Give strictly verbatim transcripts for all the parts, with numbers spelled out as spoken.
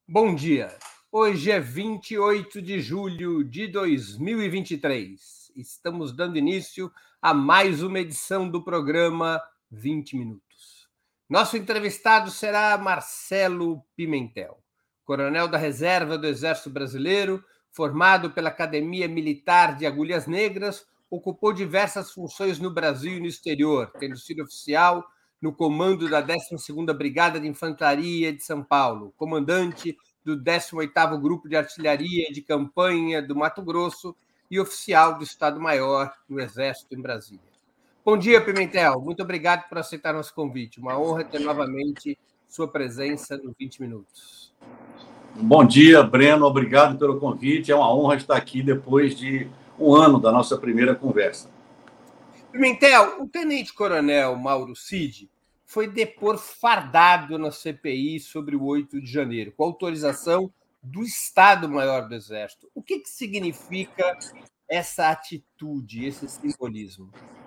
Bom dia. Hoje é vinte e oito de julho de dois mil e vinte e três. Estamos dando início a mais uma edição do programa vinte Minutos. Nosso entrevistado será Marcelo Pimentel, coronel da Reserva do Exército Brasileiro, formado pela Academia Militar de Agulhas Negras, ocupou diversas funções no Brasil e no exterior, tendo sido oficial no comando da décima segunda Brigada de Infantaria de São Paulo, comandante do décimo oitavo Grupo de Artilharia de Campanha do Mato Grosso e oficial do Estado-Maior no Exército em Brasília. Bom dia, Pimentel. Muito obrigado por aceitar nosso convite. Uma honra ter novamente sua presença no vinte Minutos. Bom dia, Breno. Obrigado pelo convite. É uma honra estar aqui depois de um ano da nossa primeira conversa. Pimentel, o tenente-coronel Mauro Cid foi depor fardado na C P I sobre o oito de janeiro, com autorização do Estado-Maior do Exército. O que, que significa essa atitude, esse simbolismo?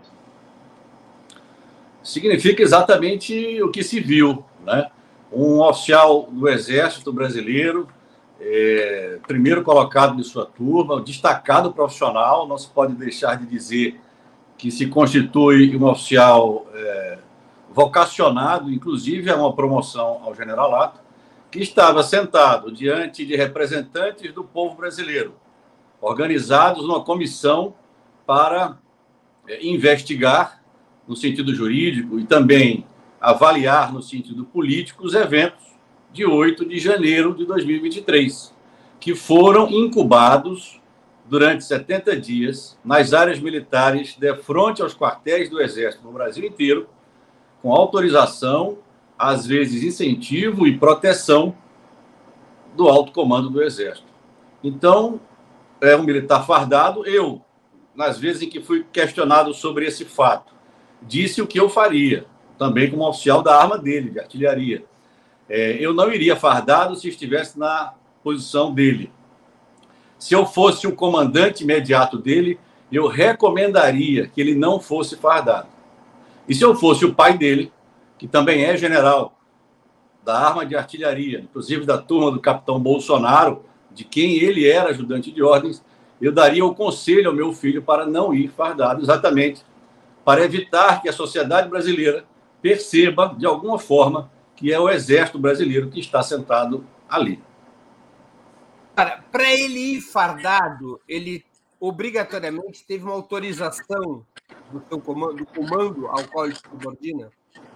Significa exatamente o que se viu, né? Um oficial do Exército Brasileiro, é, primeiro colocado de sua turma, um destacado profissional, não se pode deixar de dizer que se constitui um oficial é, vocacionado, inclusive a uma promoção ao generalato, que estava sentado diante de representantes do povo brasileiro, organizados numa comissão para é, investigar, no sentido jurídico, e também avaliar, no sentido político, os eventos de oito de janeiro de dois mil e vinte e três, que foram incubados durante setenta dias nas áreas militares de frente aos quartéis do Exército no Brasil inteiro, com autorização, às vezes incentivo e proteção do alto comando do Exército. Então, é um militar fardado. Eu, nas vezes em que fui questionado sobre esse fato, disse o que eu faria, também como oficial da arma dele, de artilharia. É, eu não iria fardado se estivesse na posição dele. Se eu fosse o comandante imediato dele, eu recomendaria que ele não fosse fardado. E se eu fosse o pai dele, que também é general da arma de artilharia, inclusive da turma do capitão Bolsonaro, de quem ele era ajudante de ordens, eu daria o conselho ao meu filho para não ir fardado, exatamente para evitar que a sociedade brasileira perceba, de alguma forma, que é o Exército Brasileiro que está sentado ali. Para ele ir fardado, ele obrigatoriamente teve uma autorização do seu comando, do comando ao qual ele se subordina?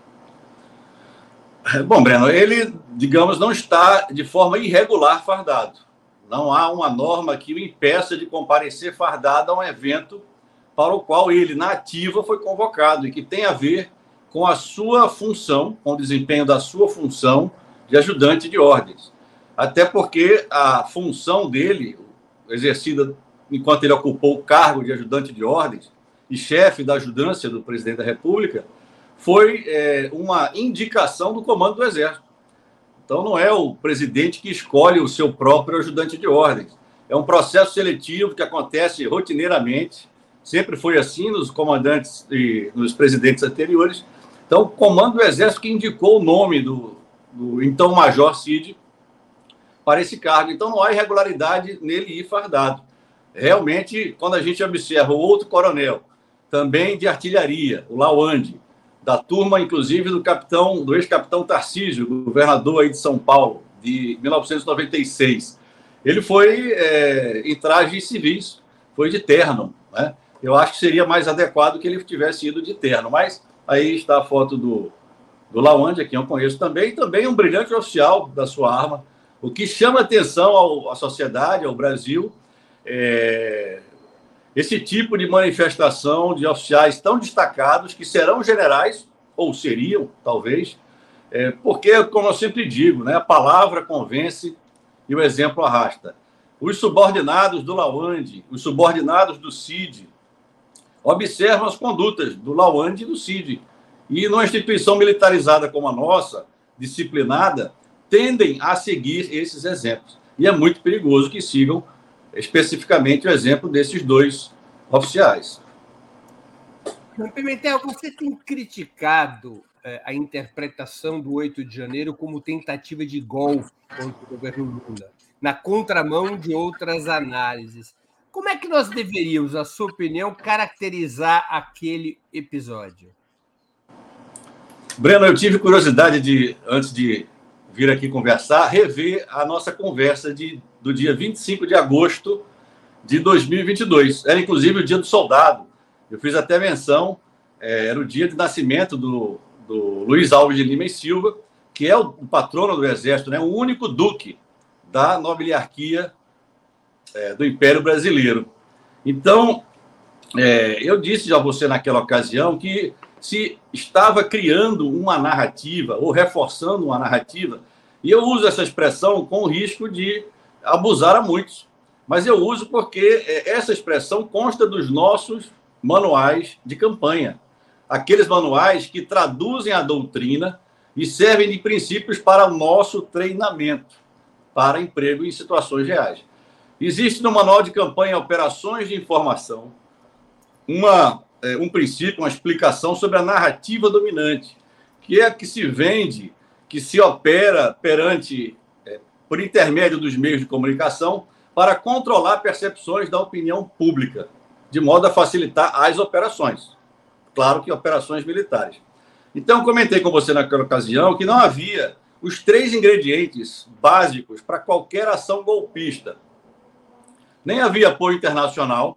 Bom, Breno, ele, digamos, não está de forma irregular fardado. Não há uma norma que o impeça de comparecer fardado a um evento para o qual ele, na ativa, foi convocado e que tem a ver com a sua função, com o desempenho da sua função de ajudante de ordens. Até porque a função dele, exercida enquanto ele ocupou o cargo de ajudante de ordens e chefe da ajudância do presidente da República, foi é, uma indicação do comando do Exército. Então, não é o presidente que escolhe o seu próprio ajudante de ordens. É um processo seletivo que acontece rotineiramente, sempre foi assim nos comandantes e nos presidentes anteriores. Então, o comando do Exército que indicou o nome do, do então Major Cid para esse cargo. Então, não há irregularidade nele ir fardado. Realmente, quando a gente observa o outro coronel, também de artilharia, o Lawande, da turma, inclusive, do capitão, do ex-capitão Tarcísio, governador aí de São Paulo, de mil novecentos e noventa e seis. Ele foi é, em trajes civis, foi de terno, né? Eu acho que seria mais adequado que ele tivesse ido de terno, mas aí está a foto do, do Lawande, a quem eu conheço também, e também um brilhante oficial da sua arma. O que chama atenção ao, à sociedade, ao Brasil, é esse tipo de manifestação de oficiais tão destacados que serão generais, ou seriam, talvez, é, porque, como eu sempre digo, né, a palavra convence e o exemplo arrasta. Os subordinados do Lawande, os subordinados do Cid, observam as condutas do Lawande e do Cid. E numa instituição militarizada como a nossa, disciplinada, tendem a seguir esses exemplos. E é muito perigoso que sigam especificamente o exemplo desses dois oficiais. Pimentel, você tem criticado a interpretação do oito de janeiro como tentativa de golpe contra o governo Lula, na contramão de outras análises. Como é que nós deveríamos, na sua opinião, caracterizar aquele episódio? Breno, eu tive curiosidade de, antes de vir aqui conversar, rever a nossa conversa de, do dia vinte e cinco de agosto de dois mil e vinte e dois. Era, inclusive, o dia do soldado. Eu fiz até menção, é, era o dia de nascimento do, do Luiz Alves de Lima e Silva, que é o, o patrono do Exército, né? O único duque da nobiliarquia é, do Império Brasileiro. Então, é, eu disse a você naquela ocasião que se estava criando uma narrativa ou reforçando uma narrativa, e eu uso essa expressão com o risco de abusar a muitos, mas eu uso porque essa expressão consta dos nossos manuais de campanha, aqueles manuais que traduzem a doutrina e servem de princípios para o nosso treinamento, para emprego em situações reais. Existe no manual de campanha operações de informação uma, é, um princípio, uma explicação sobre a narrativa dominante, que é a que se vende, que se opera perante, é, por intermédio dos meios de comunicação, para controlar percepções da opinião pública, de modo a facilitar as operações. Claro que operações militares. Então, comentei com você naquela ocasião que não havia os três ingredientes básicos para qualquer ação golpista. Nem havia apoio internacional,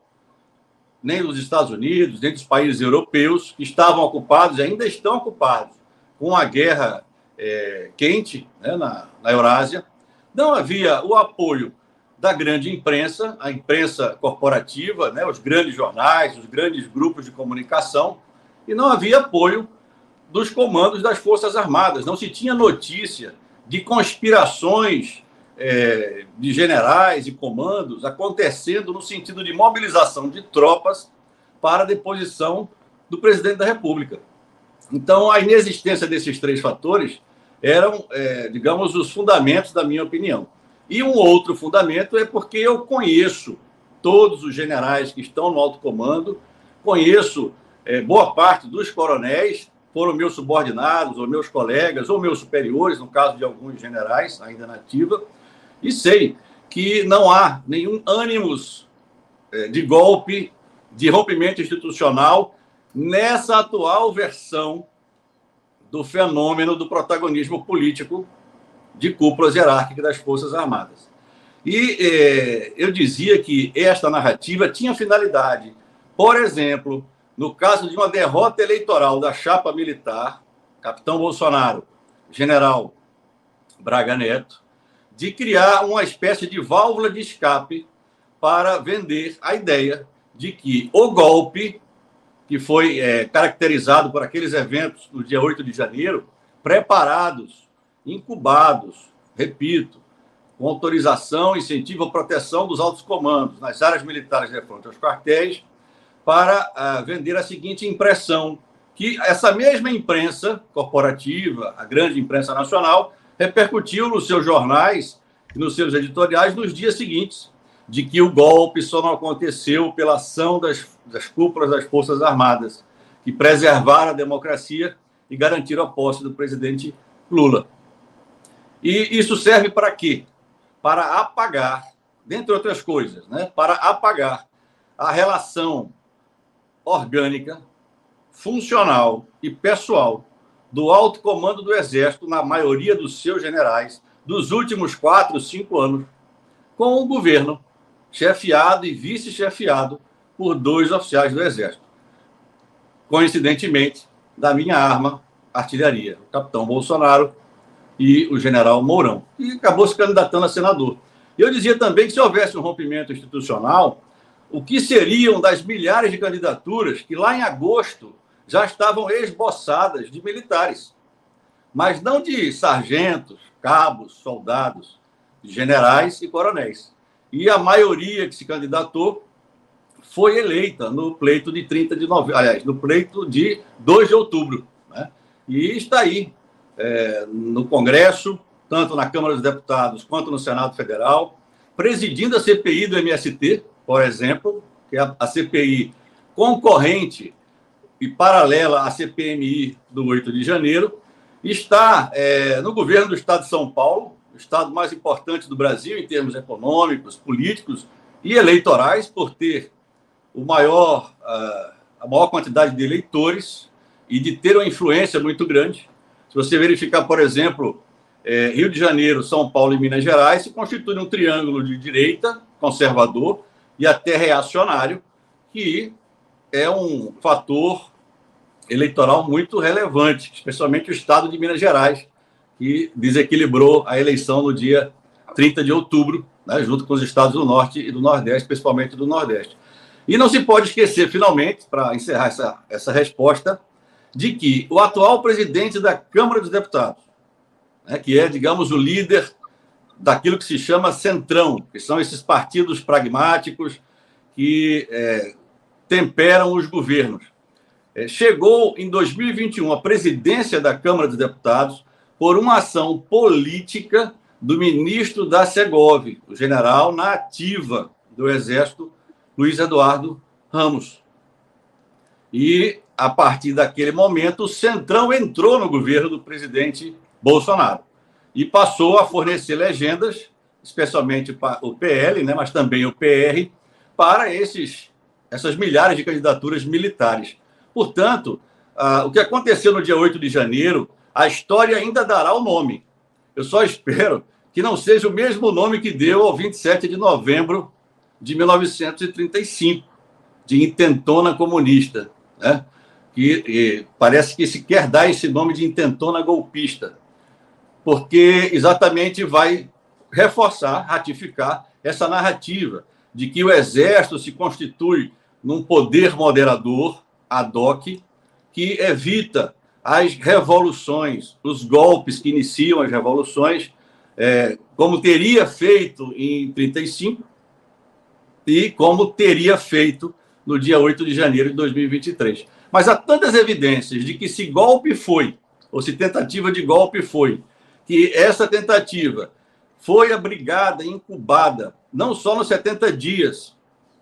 nem dos Estados Unidos, nem dos países europeus, que estavam ocupados e ainda estão ocupados com a guerra é, quente, né, na, na Eurásia. Não havia o apoio da grande imprensa, a imprensa corporativa, né, os grandes jornais, os grandes grupos de comunicação, e não havia apoio dos comandos das Forças Armadas. Não se tinha notícia de conspirações é, de generais e comandos acontecendo no sentido de mobilização de tropas para a deposição do presidente da República. Então, a inexistência desses três fatores eram, é, digamos, os fundamentos da minha opinião. E um outro fundamento é porque eu conheço todos os generais que estão no alto comando, conheço é, boa parte dos coronéis, foram meus subordinados, ou meus colegas, ou meus superiores, no caso de alguns generais ainda na ativa, e sei que não há nenhum ânimos é, de golpe, de rompimento institucional nessa atual versão do fenômeno do protagonismo político de cúpulas hierárquicas das Forças Armadas. E eh, eu dizia que esta narrativa tinha finalidade, por exemplo, no caso de uma derrota eleitoral da chapa militar, capitão Bolsonaro, general Braga Neto, de criar uma espécie de válvula de escape para vender a ideia de que o golpe, que foi eh, caracterizado por aqueles eventos no dia oito de janeiro, preparados, incubados, repito, com autorização, incentivo à proteção dos altos comandos nas áreas militares de frente aos quartéis, para uh, vender a seguinte impressão, que essa mesma imprensa corporativa, a grande imprensa nacional, repercutiu nos seus jornais e nos seus editoriais nos dias seguintes, de que o golpe só não aconteceu pela ação das, das cúpulas das Forças Armadas, que preservaram a democracia e garantiram a posse do presidente Lula. E isso serve para quê? Para apagar, dentre outras coisas, né? Para apagar a relação orgânica, funcional e pessoal do alto comando do Exército, na maioria dos seus generais, dos últimos quatro, cinco anos, com o governo chefiado e vice-chefiado por dois oficiais do Exército. Coincidentemente, da minha arma, artilharia, o capitão Bolsonaro e o general Mourão, e acabou se candidatando a senador. Eu dizia também que se houvesse um rompimento institucional, o que seriam das milhares de candidaturas que lá em agosto já estavam esboçadas de militares, mas não de sargentos, cabos, soldados, generais e coronéis. E a maioria que se candidatou foi eleita no pleito de trinta de novembro, aliás, no pleito de dois de outubro, né? E está aí, É, no Congresso, tanto na Câmara dos Deputados quanto no Senado Federal, presidindo a C P I do M S T, por exemplo, que é a C P I concorrente e paralela à C P M I do oito de janeiro, está é, no governo do estado de São Paulo, o estado mais importante do Brasil em termos econômicos, políticos e eleitorais, por ter o maior, a maior quantidade de eleitores e de ter uma influência muito grande. Se você verificar, por exemplo, é, Rio de Janeiro, São Paulo e Minas Gerais, se constitui um triângulo de direita, conservador e até reacionário, que é um fator eleitoral muito relevante, especialmente o estado de Minas Gerais, que desequilibrou a eleição no dia trinta de outubro, né, junto com os estados do Norte e do Nordeste, principalmente do Nordeste. E não se pode esquecer, finalmente, para encerrar essa, essa resposta, de que o atual presidente da Câmara dos Deputados, né, que é, digamos, o líder daquilo que se chama Centrão, que são esses partidos pragmáticos que é, temperam os governos, é, chegou em dois mil e vinte e um à presidência da Câmara dos Deputados por uma ação política do ministro da Segov, o general na ativa do Exército, Luiz Eduardo Ramos. E, a partir daquele momento, o Centrão entrou no governo do presidente Bolsonaro e passou a fornecer legendas, especialmente para o P L, né, mas também o P R, para esses, essas milhares de candidaturas militares. Portanto, ah, o que aconteceu no dia oito de janeiro, a história ainda dará o nome. Eu só espero que não seja o mesmo nome que deu ao vinte e sete de novembro de mil novecentos e trinta e cinco, de intentona comunista, né? Que e, parece que se quer dar esse nome de intentona golpista, porque exatamente vai reforçar, ratificar essa narrativa de que o Exército se constitui num poder moderador, ad hoc, que evita as revoluções, os golpes que iniciam as revoluções, é, como teria feito em trinta e cinco e como teria feito no dia oito de janeiro de dois mil e vinte e três. Mas há tantas evidências de que se golpe foi, ou se tentativa de golpe foi, que essa tentativa foi abrigada, incubada, não só nos setenta dias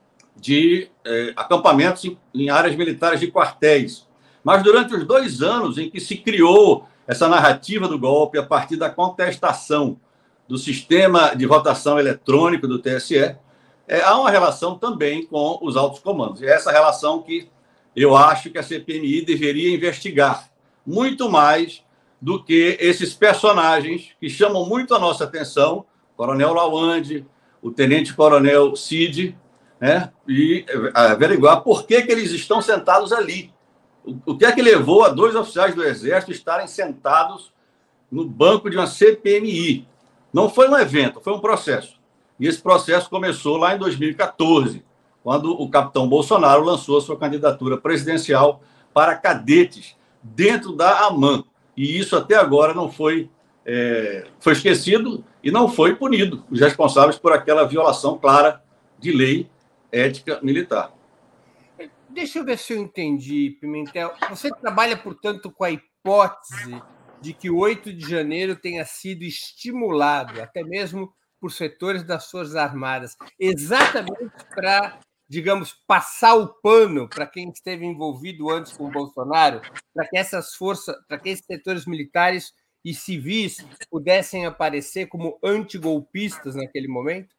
de eh, acampamentos em, em áreas militares de quartéis, mas durante os dois anos em que se criou essa narrativa do golpe a partir da contestação do sistema de votação eletrônico do T S E, é, há uma relação também com os altos comandos. E é essa relação que eu acho que a C P M I deveria investigar muito mais do que esses personagens que chamam muito a nossa atenção, o Coronel Lawande, o Tenente Coronel Cid, né, e averiguar por que, que eles estão sentados ali. O, o que é que levou a dois oficiais do Exército estarem sentados no banco de uma C P M I? Não foi um evento, foi um processo. E esse processo começou lá em dois mil e quatorze, quando o capitão Bolsonaro lançou a sua candidatura presidencial para cadetes dentro da AMAN. E isso até agora não foi, é, foi esquecido e não foi punido os responsáveis por aquela violação clara de lei ética militar. Deixa eu ver se eu entendi, Pimentel. Você trabalha, portanto, com a hipótese de que o oito de janeiro tenha sido estimulado, até mesmo por setores das Forças Armadas, exatamente para, digamos, passar o pano para quem esteve envolvido antes com o Bolsonaro, para que essas forças, para que esses setores militares e civis pudessem aparecer como antigolpistas naquele momento?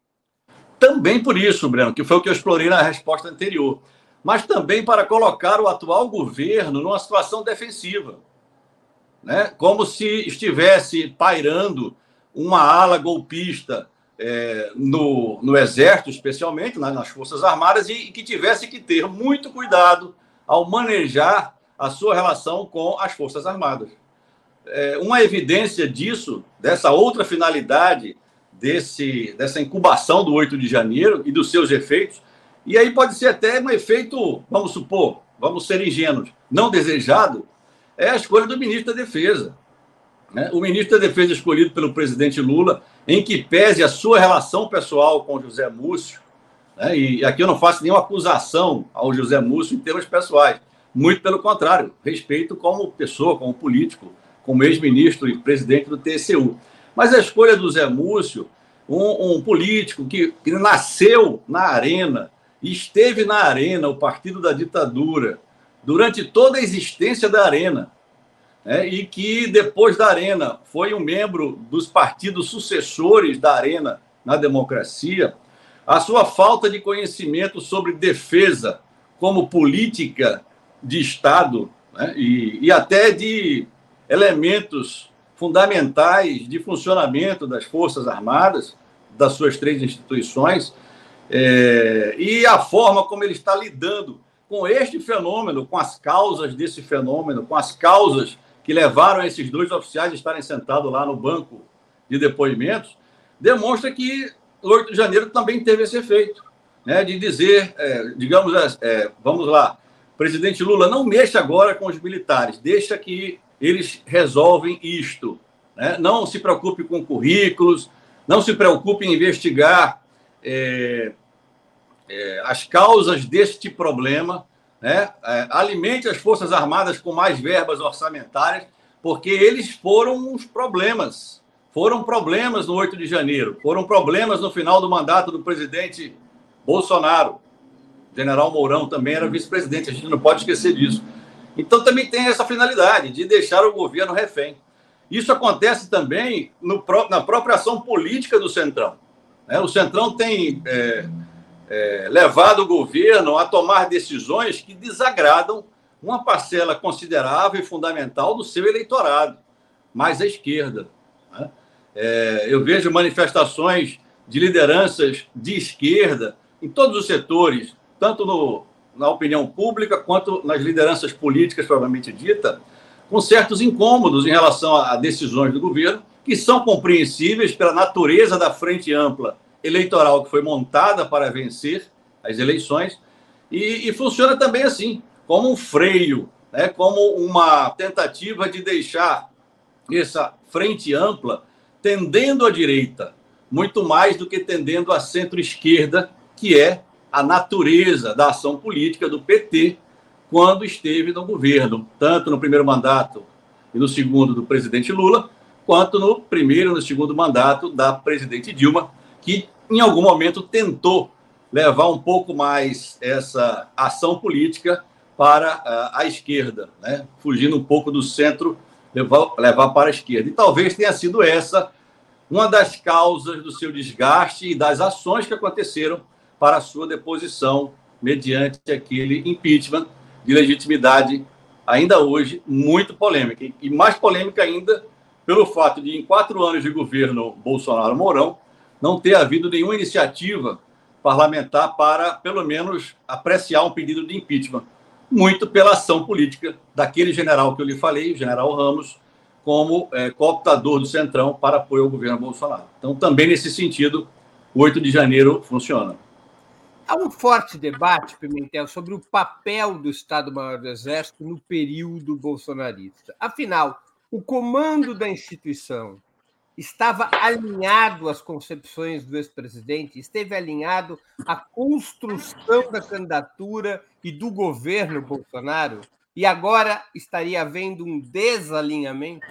Também por isso, Breno, que foi o que eu explorei na resposta anterior, mas também para colocar o atual governo numa situação defensiva, né? Como se estivesse pairando uma ala golpista é, no, no Exército, especialmente, né, nas Forças Armadas, e, e que tivesse que ter muito cuidado ao manejar a sua relação com as Forças Armadas. É, uma evidência disso, dessa outra finalidade, desse, dessa incubação do oito de janeiro e dos seus efeitos, e aí pode ser até um efeito, vamos supor, vamos ser ingênuos, não desejado, é a escolha do ministro da Defesa. Né? O ministro da Defesa escolhido pelo presidente Lula, em que pese a sua relação pessoal com José Múcio, né? E aqui eu não faço nenhuma acusação ao José Múcio em termos pessoais, muito pelo contrário, respeito como pessoa, como político, como ex-ministro e presidente do T C U. Mas a escolha do Zé Múcio, um, um político que, que nasceu na arena, esteve na arena, o partido da ditadura, durante toda a existência da Arena, né, e que depois da Arena foi um membro dos partidos sucessores da Arena na democracia, a sua falta de conhecimento sobre defesa como política de Estado, né, e, e até de elementos fundamentais de funcionamento das Forças Armadas, das suas três instituições, é, e a forma como ele está lidando com este fenômeno, com as causas desse fenômeno, com as causas que levaram esses dois oficiais a estarem sentados lá no banco de depoimentos, demonstra que o oito de janeiro também teve esse efeito, né, de dizer, é, digamos, é, vamos lá, presidente Lula, não mexa agora com os militares, deixa que eles resolvem isto, né? Não se preocupe com currículos, não se preocupe em investigar é, é, as causas deste problema, né? É, alimente as Forças Armadas com mais verbas orçamentárias, porque eles foram os problemas. Foram problemas no oito de janeiro, foram problemas no final do mandato do presidente Bolsonaro. O general Mourão também era vice-presidente, a gente não pode esquecer disso. Então, também tem essa finalidade de deixar o governo refém. Isso acontece também no, na própria ação política do Centrão. Né? O Centrão tem é, é, levado o governo a tomar decisões que desagradam uma parcela considerável e fundamental do seu eleitorado, mais à esquerda. Né? É, eu vejo manifestações de lideranças de esquerda em todos os setores, tanto no, na opinião pública quanto nas lideranças políticas, propriamente dita, com certos incômodos em relação a decisões do governo, que são compreensíveis pela natureza da frente ampla eleitoral que foi montada para vencer as eleições, e, e funciona também assim, como um freio, né, como uma tentativa de deixar essa frente ampla tendendo à direita, muito mais do que tendendo à centro-esquerda, que é a natureza da ação política do P T quando esteve no governo, tanto no primeiro mandato e no segundo do presidente Lula, quanto no primeiro e no segundo mandato da presidente Dilma, que em algum momento tentou levar um pouco mais essa ação política para a, a esquerda, né? Fugindo um pouco do centro, levar, levar para a esquerda. E talvez tenha sido essa uma das causas do seu desgaste e das ações que aconteceram para a sua deposição mediante aquele impeachment de legitimidade, ainda hoje, muito polêmica. E mais polêmica ainda pelo fato de, em quatro anos de governo Bolsonaro-Mourão, não ter havido nenhuma iniciativa parlamentar para, pelo menos, apreciar um pedido de impeachment. Muito pela ação política daquele general que eu lhe falei, o general Ramos, como é, cooptador do Centrão para apoio ao governo Bolsonaro. Então, também nesse sentido, o oito de janeiro funciona. Há um forte debate, Pimentel, sobre o papel do Estado-Maior do Exército no período bolsonarista. Afinal, o comando da instituição estava alinhado às concepções do ex-presidente, esteve alinhado à construção da candidatura e do governo Bolsonaro, e agora estaria havendo um desalinhamento?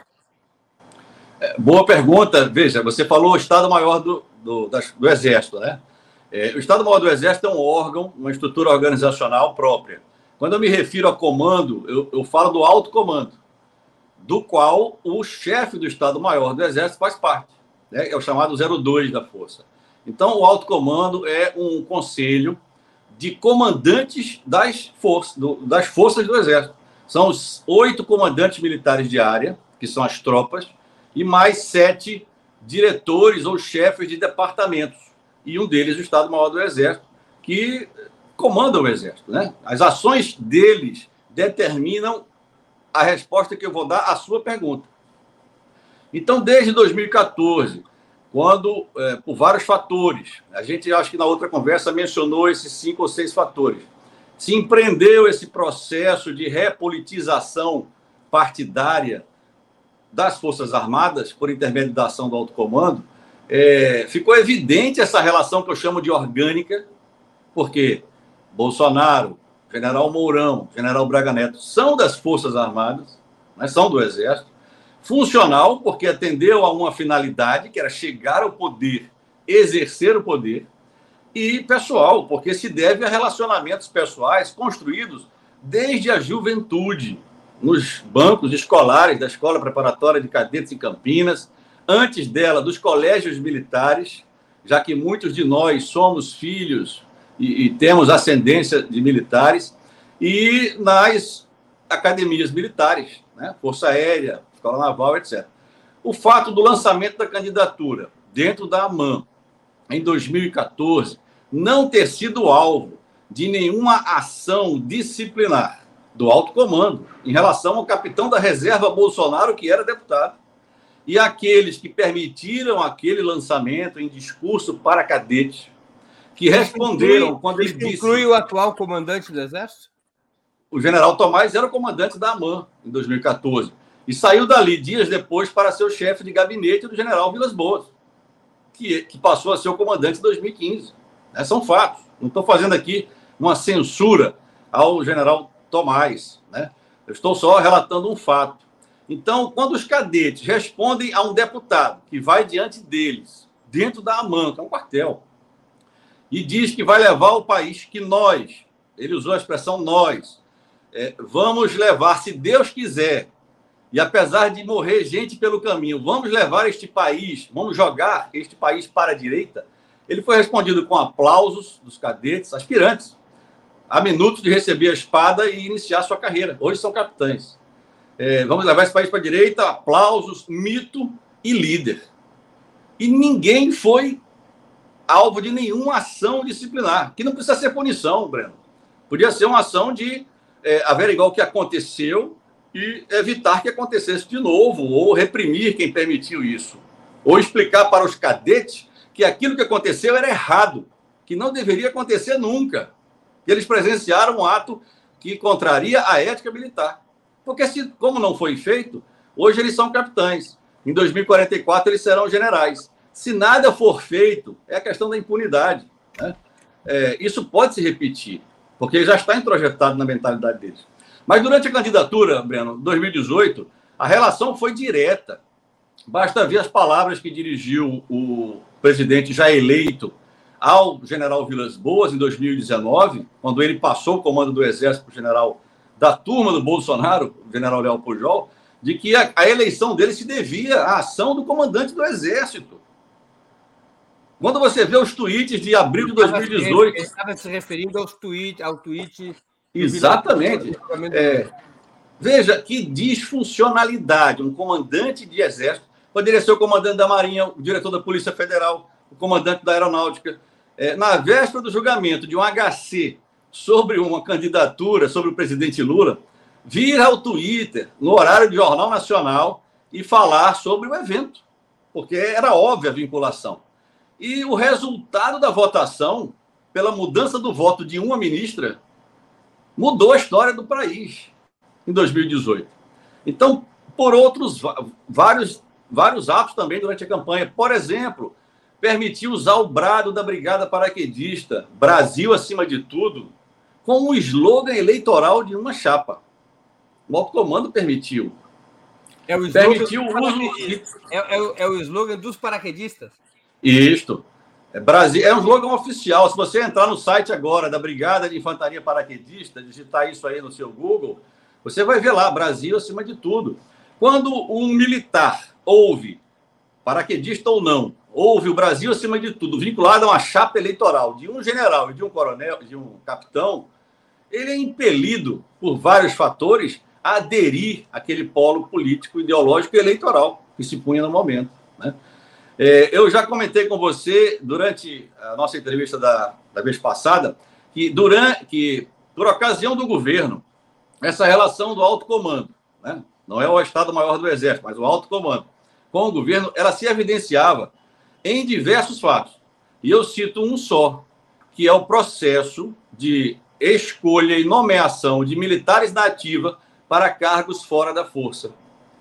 É, boa pergunta. Veja, você falou o Estado-Maior do, do, do Exército, né? É, o Estado-Maior do Exército é um órgão, uma estrutura organizacional própria. Quando eu me refiro a comando, eu, eu falo do alto comando, do qual o chefe do Estado-Maior do Exército faz parte, né? É o chamado zero dois da Força. Então, o alto comando é um conselho de comandantes das forças do, das forças do Exército. São os oito comandantes militares de área, que são as tropas, e mais sete diretores ou chefes de departamentos. E um deles, o Estado-Maior do Exército, que comanda o Exército, né? As ações deles determinam a resposta que eu vou dar à sua pergunta. Então, desde dois mil e quatorze, quando, é, por vários fatores, a gente, acho que na outra conversa, mencionou esses cinco ou seis fatores, se empreendeu esse processo de repolitização partidária das Forças Armadas, por intermédio da ação do alto comando, é, ficou evidente essa relação que eu chamo de orgânica, porque Bolsonaro, general Mourão, general Braga Neto são das Forças Armadas, né, são do Exército, funcional, porque atendeu a uma finalidade, que era chegar ao poder, exercer o poder, e pessoal, porque se deve a relacionamentos pessoais construídos desde a juventude, nos bancos escolares da Escola Preparatória de Cadetes em Campinas, antes dela, dos colégios militares, já que muitos de nós somos filhos e, e temos ascendência de militares, e nas academias militares, né? Força Aérea, Escola Naval, etcétera. O fato do lançamento da candidatura dentro da AMAN, em dois mil e quatorze, não ter sido alvo de nenhuma ação disciplinar do alto comando em relação ao capitão da reserva Bolsonaro, que era deputado, e aqueles que permitiram aquele lançamento em discurso para cadetes, que responderam inclui, quando ele disse... inclui o atual comandante do Exército? O general Tomás era o comandante da AMAN em dois mil e quatorze e saiu dali dias depois para ser o chefe de gabinete do general Vilas Boas, que, que passou a ser o comandante em dois mil e quinze. Né? São fatos. Não estou fazendo aqui uma censura ao general Tomás. Né? Eu estou só relatando um fato. Então, quando os cadetes respondem a um deputado que vai diante deles, dentro da AMAN, que é um quartel, e diz que vai levar o país, que nós, ele usou a expressão nós, é, vamos levar, se Deus quiser, e apesar de morrer gente pelo caminho, vamos levar este país, vamos jogar este país para a direita, ele foi respondido com aplausos dos cadetes, aspirantes, a minutos de receber a espada e iniciar sua carreira. Hoje são capitães. É, vamos levar esse país para a direita, aplausos, mito e líder. E ninguém foi alvo de nenhuma ação disciplinar, que não precisa ser punição, Breno. Podia ser uma ação de é, averiguar o que aconteceu e evitar que acontecesse de novo, ou reprimir quem permitiu isso. Ou explicar para os cadetes que aquilo que aconteceu era errado, que não deveria acontecer nunca. Que eles presenciaram um ato que contraria a ética militar. Porque, se, como não foi feito, hoje eles são capitães. Em dois mil e quarenta e quatro, eles serão generais. Se nada for feito, é a questão da impunidade. Né? É, isso pode se repetir, porque já está introjetado na mentalidade deles. Mas durante a candidatura, Breno, dois mil e dezoito, a relação foi direta. Basta ver as palavras que dirigiu o presidente já eleito ao general Vilas Boas em dois mil e dezenove, quando ele passou o comando do Exército para o general da turma do Bolsonaro, o general Leal Pujol, de que a, a eleição dele se devia à ação do comandante do Exército. Quando você vê os tweets de abril de dois mil e dezoito... Ele estava se referindo aos tweet, ao tweet... Exatamente. É, veja que disfuncionalidade. Um comandante de Exército poderia ser o comandante da Marinha, o diretor da Polícia Federal, o comandante da Aeronáutica. É, na véspera do julgamento de um H C sobre uma candidatura, sobre o presidente Lula, vir ao Twitter, no horário de Jornal Nacional, e falar sobre o evento, porque era óbvia a vinculação. E o resultado da votação, pela mudança do voto de uma ministra, mudou a história do país em dois mil e dezoito. Então, por outros vários, vários atos também durante a campanha. Por exemplo, permitiu usar o brado da Brigada Paraquedista, Brasil acima de tudo, como um slogan eleitoral de uma chapa. O alto comando permitiu. É o slogan, permitiu o uso... é, é, é o slogan dos paraquedistas. Isto. É, Brasil, é um slogan oficial. Se você entrar no site agora da Brigada de Infantaria Paraquedista, digitar isso aí no seu Google, você vai ver lá, Brasil acima de tudo. Quando um militar ouve, paraquedista ou não, ouve o Brasil acima de tudo, vinculado a uma chapa eleitoral de um general e de um coronel, de um capitão, ele é impelido por vários fatores a aderir àquele polo político, ideológico e eleitoral que se punha no momento, né? É, eu já comentei com você, durante a nossa entrevista da, da vez passada, que, durante, que, por ocasião do governo, essa relação do alto comando, né, não é o Estado-Maior do Exército, mas o alto comando, com o governo, ela se evidenciava em diversos fatos. E eu cito um só, que é o processo de escolha e nomeação de militares na ativa para cargos fora da força.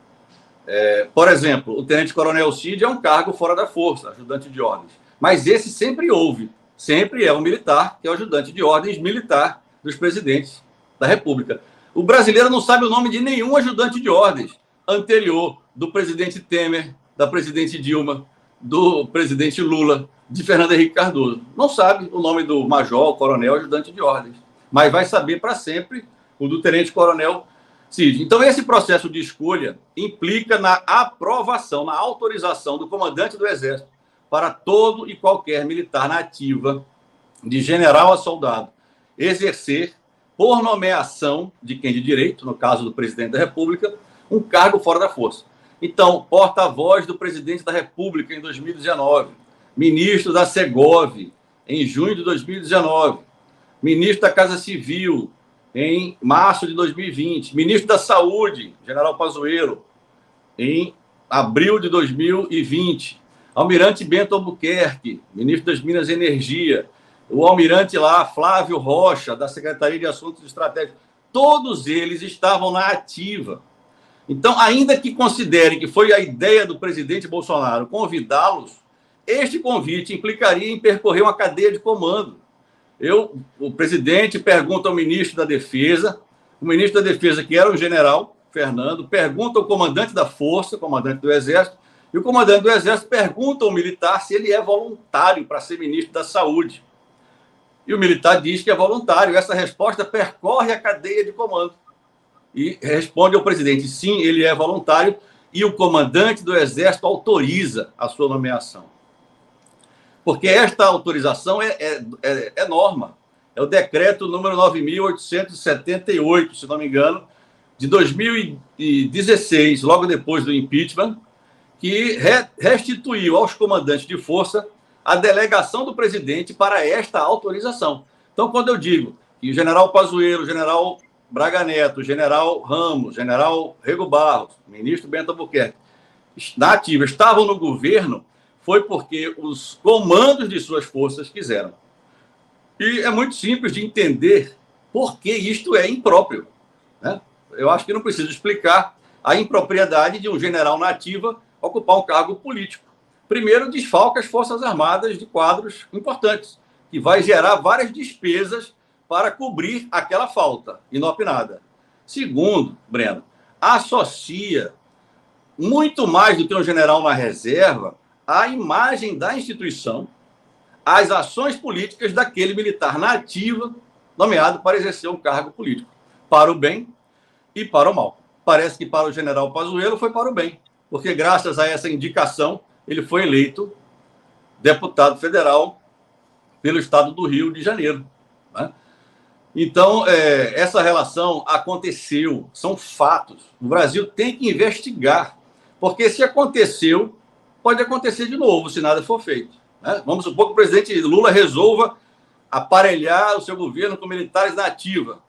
É, por exemplo, o tenente-coronel Cid é um cargo fora da força, ajudante de ordens. Mas esse sempre houve. Sempre é um militar, que é o ajudante de ordens militar dos presidentes da República. O brasileiro não sabe o nome de nenhum ajudante de ordens anterior, do presidente Temer, da presidente Dilma, do presidente Lula, de Fernando Henrique Cardoso. Não sabe o nome do major, coronel, ajudante de ordens. Mas vai saber para sempre o do tenente-coronel Cid. Então, esse processo de escolha implica na aprovação, na autorização do comandante do Exército para todo e qualquer militar na ativa, de general a soldado, exercer, por nomeação de quem de direito, no caso do presidente da República, um cargo fora da força. Então, porta-voz do presidente da República em dois mil e dezenove, ministro da Segov em junho de dois mil e dezenove, ministro da Casa Civil em março de dois mil e vinte, ministro da Saúde, general Pazuello, em abril de dois mil e vinte, almirante Bento Albuquerque, ministro das Minas e Energia, o almirante lá, Flávio Rocha, da Secretaria de Assuntos Estratégicos, todos eles estavam na ativa. Então, ainda que considerem que foi a ideia do presidente Bolsonaro convidá-los, este convite implicaria em percorrer uma cadeia de comando. Eu, o presidente pergunta ao ministro da Defesa, o ministro da Defesa, que era o general Fernando, pergunta ao comandante da Força, comandante do Exército, e o comandante do Exército pergunta ao militar se ele é voluntário para ser ministro da Saúde. E o militar diz que é voluntário. Essa resposta percorre a cadeia de comando. E responde ao presidente, sim, ele é voluntário, e o comandante do Exército autoriza a sua nomeação. Porque esta autorização é, é, é, é norma. É o decreto número nove mil oitocentos e setenta e oito, se não me engano, de dois mil e dezesseis, logo depois do impeachment, que restituiu aos comandantes de força a delegação do presidente para esta autorização. Então, quando eu digo que o general Pazuello, o general Braga Neto, o general Ramos, o general Rego Barros, o ministro Bento Albuquerque, na ativa, estavam no governo, foi porque os comandos de suas forças quiseram. E é muito simples de entender por que isto é impróprio, né? Eu acho que não preciso explicar a impropriedade de um general na ativa ocupar um cargo político. Primeiro, desfalca as Forças Armadas de quadros importantes, que vai gerar várias despesas para cobrir aquela falta inopinada. Segundo, Breno, associa muito mais do que um general na reserva a imagem da instituição, as ações políticas daquele militar na ativa nomeado para exercer um cargo político, para o bem e para o mal. Parece que para o general Pazuello foi para o bem, porque graças a essa indicação ele foi eleito deputado federal pelo estado do Rio de Janeiro, né? Então, é, essa relação aconteceu, são fatos. O Brasil tem que investigar, porque se aconteceu, pode acontecer de novo, se nada for feito, né? Vamos supor que o presidente Lula resolva aparelhar o seu governo com militares na ativa.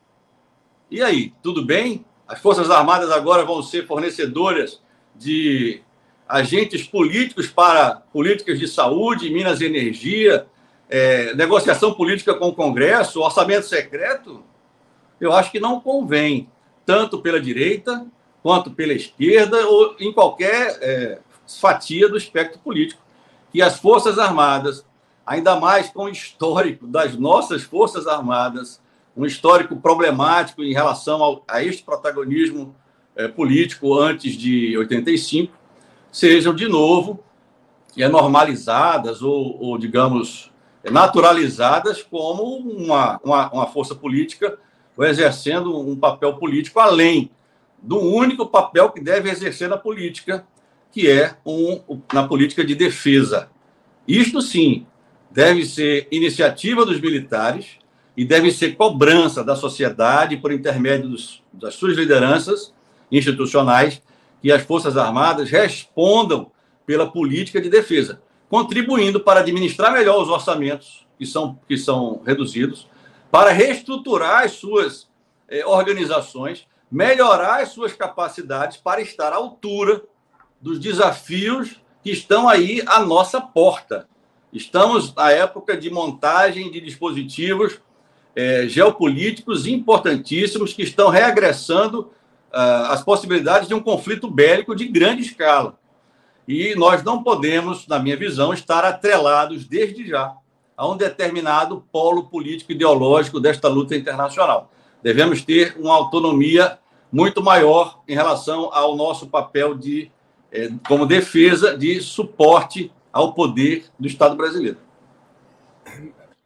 E aí, tudo bem? As Forças Armadas agora vão ser fornecedoras de agentes políticos para políticas de saúde, Minas e Energia, é, negociação política com o Congresso, orçamento secreto? Eu acho que não convém, tanto pela direita quanto pela esquerda ou em qualquer é, fatia do espectro político, que as Forças Armadas, ainda mais com o histórico das nossas Forças Armadas, um histórico problemático em relação ao, a este protagonismo é, político antes de oitenta e cinco, sejam de novo é, normalizadas ou, ou, digamos, naturalizadas como uma, uma, uma força política ou exercendo um papel político além do único papel que deve exercer na política, que é um, na política de defesa. Isto, sim, deve ser iniciativa dos militares e deve ser cobrança da sociedade por intermédio dos, das suas lideranças institucionais que as Forças Armadas respondam pela política de defesa, contribuindo para administrar melhor os orçamentos que são, que são reduzidos, para reestruturar as suas eh, organizações, melhorar as suas capacidades para estar à altura dos desafios que estão aí à nossa porta. Estamos na época de montagem de dispositivos eh, geopolíticos importantíssimos que estão regressando uh, as possibilidades de um conflito bélico de grande escala. E nós não podemos, na minha visão, estar atrelados desde já a um determinado polo político ideológico desta luta internacional. Devemos ter uma autonomia muito maior em relação ao nosso papel de, eh, como defesa, de suporte ao poder do Estado brasileiro.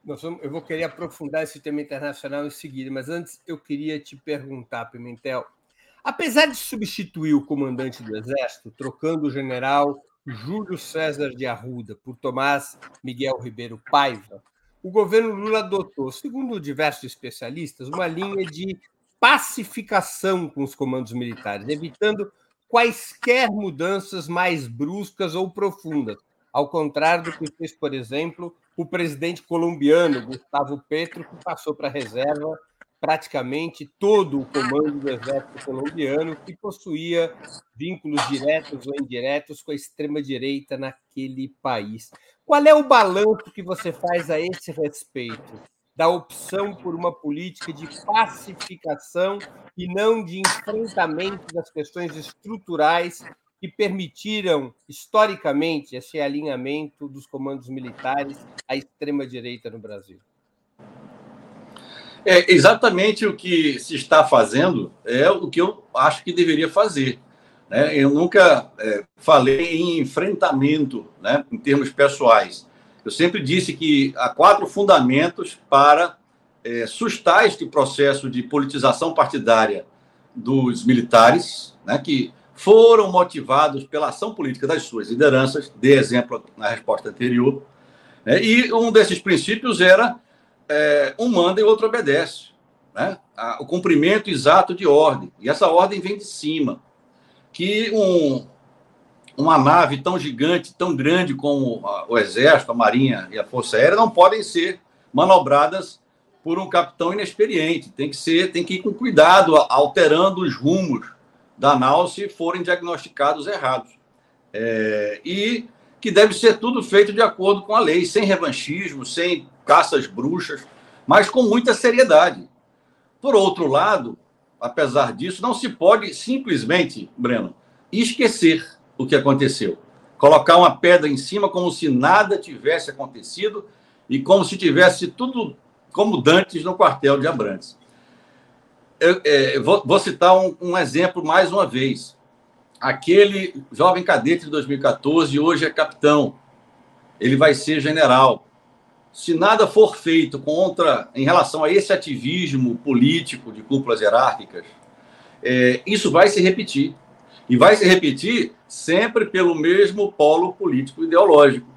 Nós vamos, eu vou querer aprofundar esse tema internacional em seguida, mas antes eu queria te perguntar, Pimentel, apesar de substituir o comandante do Exército, trocando o general Júlio César de Arruda por Tomás Miguel Ribeiro Paiva, o governo Lula adotou, segundo diversos especialistas, uma linha de pacificação com os comandos militares, evitando quaisquer mudanças mais bruscas ou profundas, ao contrário do que fez, por exemplo, o presidente colombiano, Gustavo Petro, que passou para a reserva praticamente todo o comando do exército colombiano, que possuía vínculos diretos ou indiretos com a extrema-direita naquele país. Qual é o balanço que você faz a esse respeito da opção por uma política de pacificação e não de enfrentamento das questões estruturais que permitiram, historicamente, esse alinhamento dos comandos militares à extrema-direita no Brasil? É exatamente o que se está fazendo, é o que eu acho que deveria fazer. Né? Eu nunca é, falei em enfrentamento, né, em termos pessoais. Eu sempre disse que há quatro fundamentos para é, sustar este processo de politização partidária dos militares, né, que foram motivados pela ação política das suas lideranças, dei exemplo na resposta anterior, né, e um desses princípios era é, um manda e outro obedece, né, o cumprimento exato de ordem, e essa ordem vem de cima, que um, uma nave tão gigante, tão grande como o Exército, a Marinha e a Força Aérea não podem ser manobradas por um capitão inexperiente, tem que ser, tem que ir com cuidado, alterando os rumos da nau se forem diagnosticados errados. É, e que deve ser tudo feito de acordo com a lei, sem revanchismo, sem caças bruxas, mas com muita seriedade. Por outro lado, apesar disso, não se pode simplesmente, Breno, esquecer o que aconteceu. Colocar uma pedra em cima como se nada tivesse acontecido e como se tivesse tudo como dantes no quartel de Abrantes. Eu, é, vou, vou citar um, um exemplo mais uma vez. Aquele jovem cadete de dois mil e catorze, hoje é capitão. Ele vai ser general. Se nada for feito contra, em relação a esse ativismo político de cúpulas hierárquicas, é, isso vai se repetir. E vai se repetir sempre pelo mesmo polo político ideológico.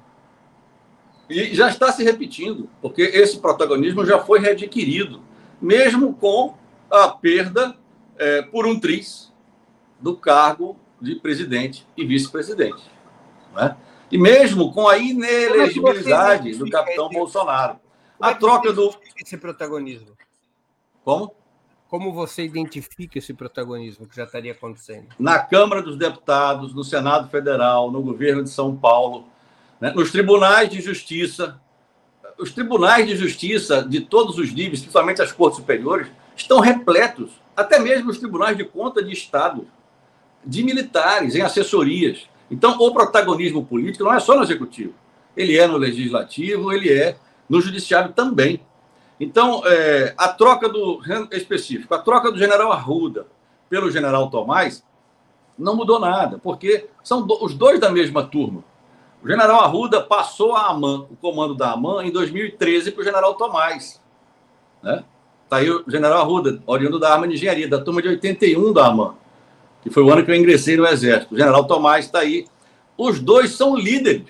E já está se repetindo, porque esse protagonismo já foi readquirido, mesmo com a perda é, por um triz do cargo de presidente e vice-presidente. Né? E mesmo com a inelegibilidade do capitão Bolsonaro. A troca do... esse protagonismo? Como? Como você identifica esse protagonismo que já estaria acontecendo? Na Câmara dos Deputados, no Senado Federal, no governo de São Paulo, né, nos tribunais de justiça. Os tribunais de justiça de todos os níveis, principalmente as cortes superiores, estão repletos, até mesmo os tribunais de conta de Estado, de militares em assessorias. Então, o protagonismo político não é só no executivo. Ele é no legislativo, ele é no judiciário também. Então, é, a troca do específico, a troca do general Arruda pelo general Tomás não mudou nada, porque são do, os dois da mesma turma. O general Arruda passou a AMAN, o comando da AMAN, em dois mil e treze para o general Tomás. Né? Está aí o general Arruda, oriundo da arma de engenharia, da turma de oitenta e um da AMAN, que foi o ano que eu ingressei no Exército. O general Tomás está aí. Os dois são líderes.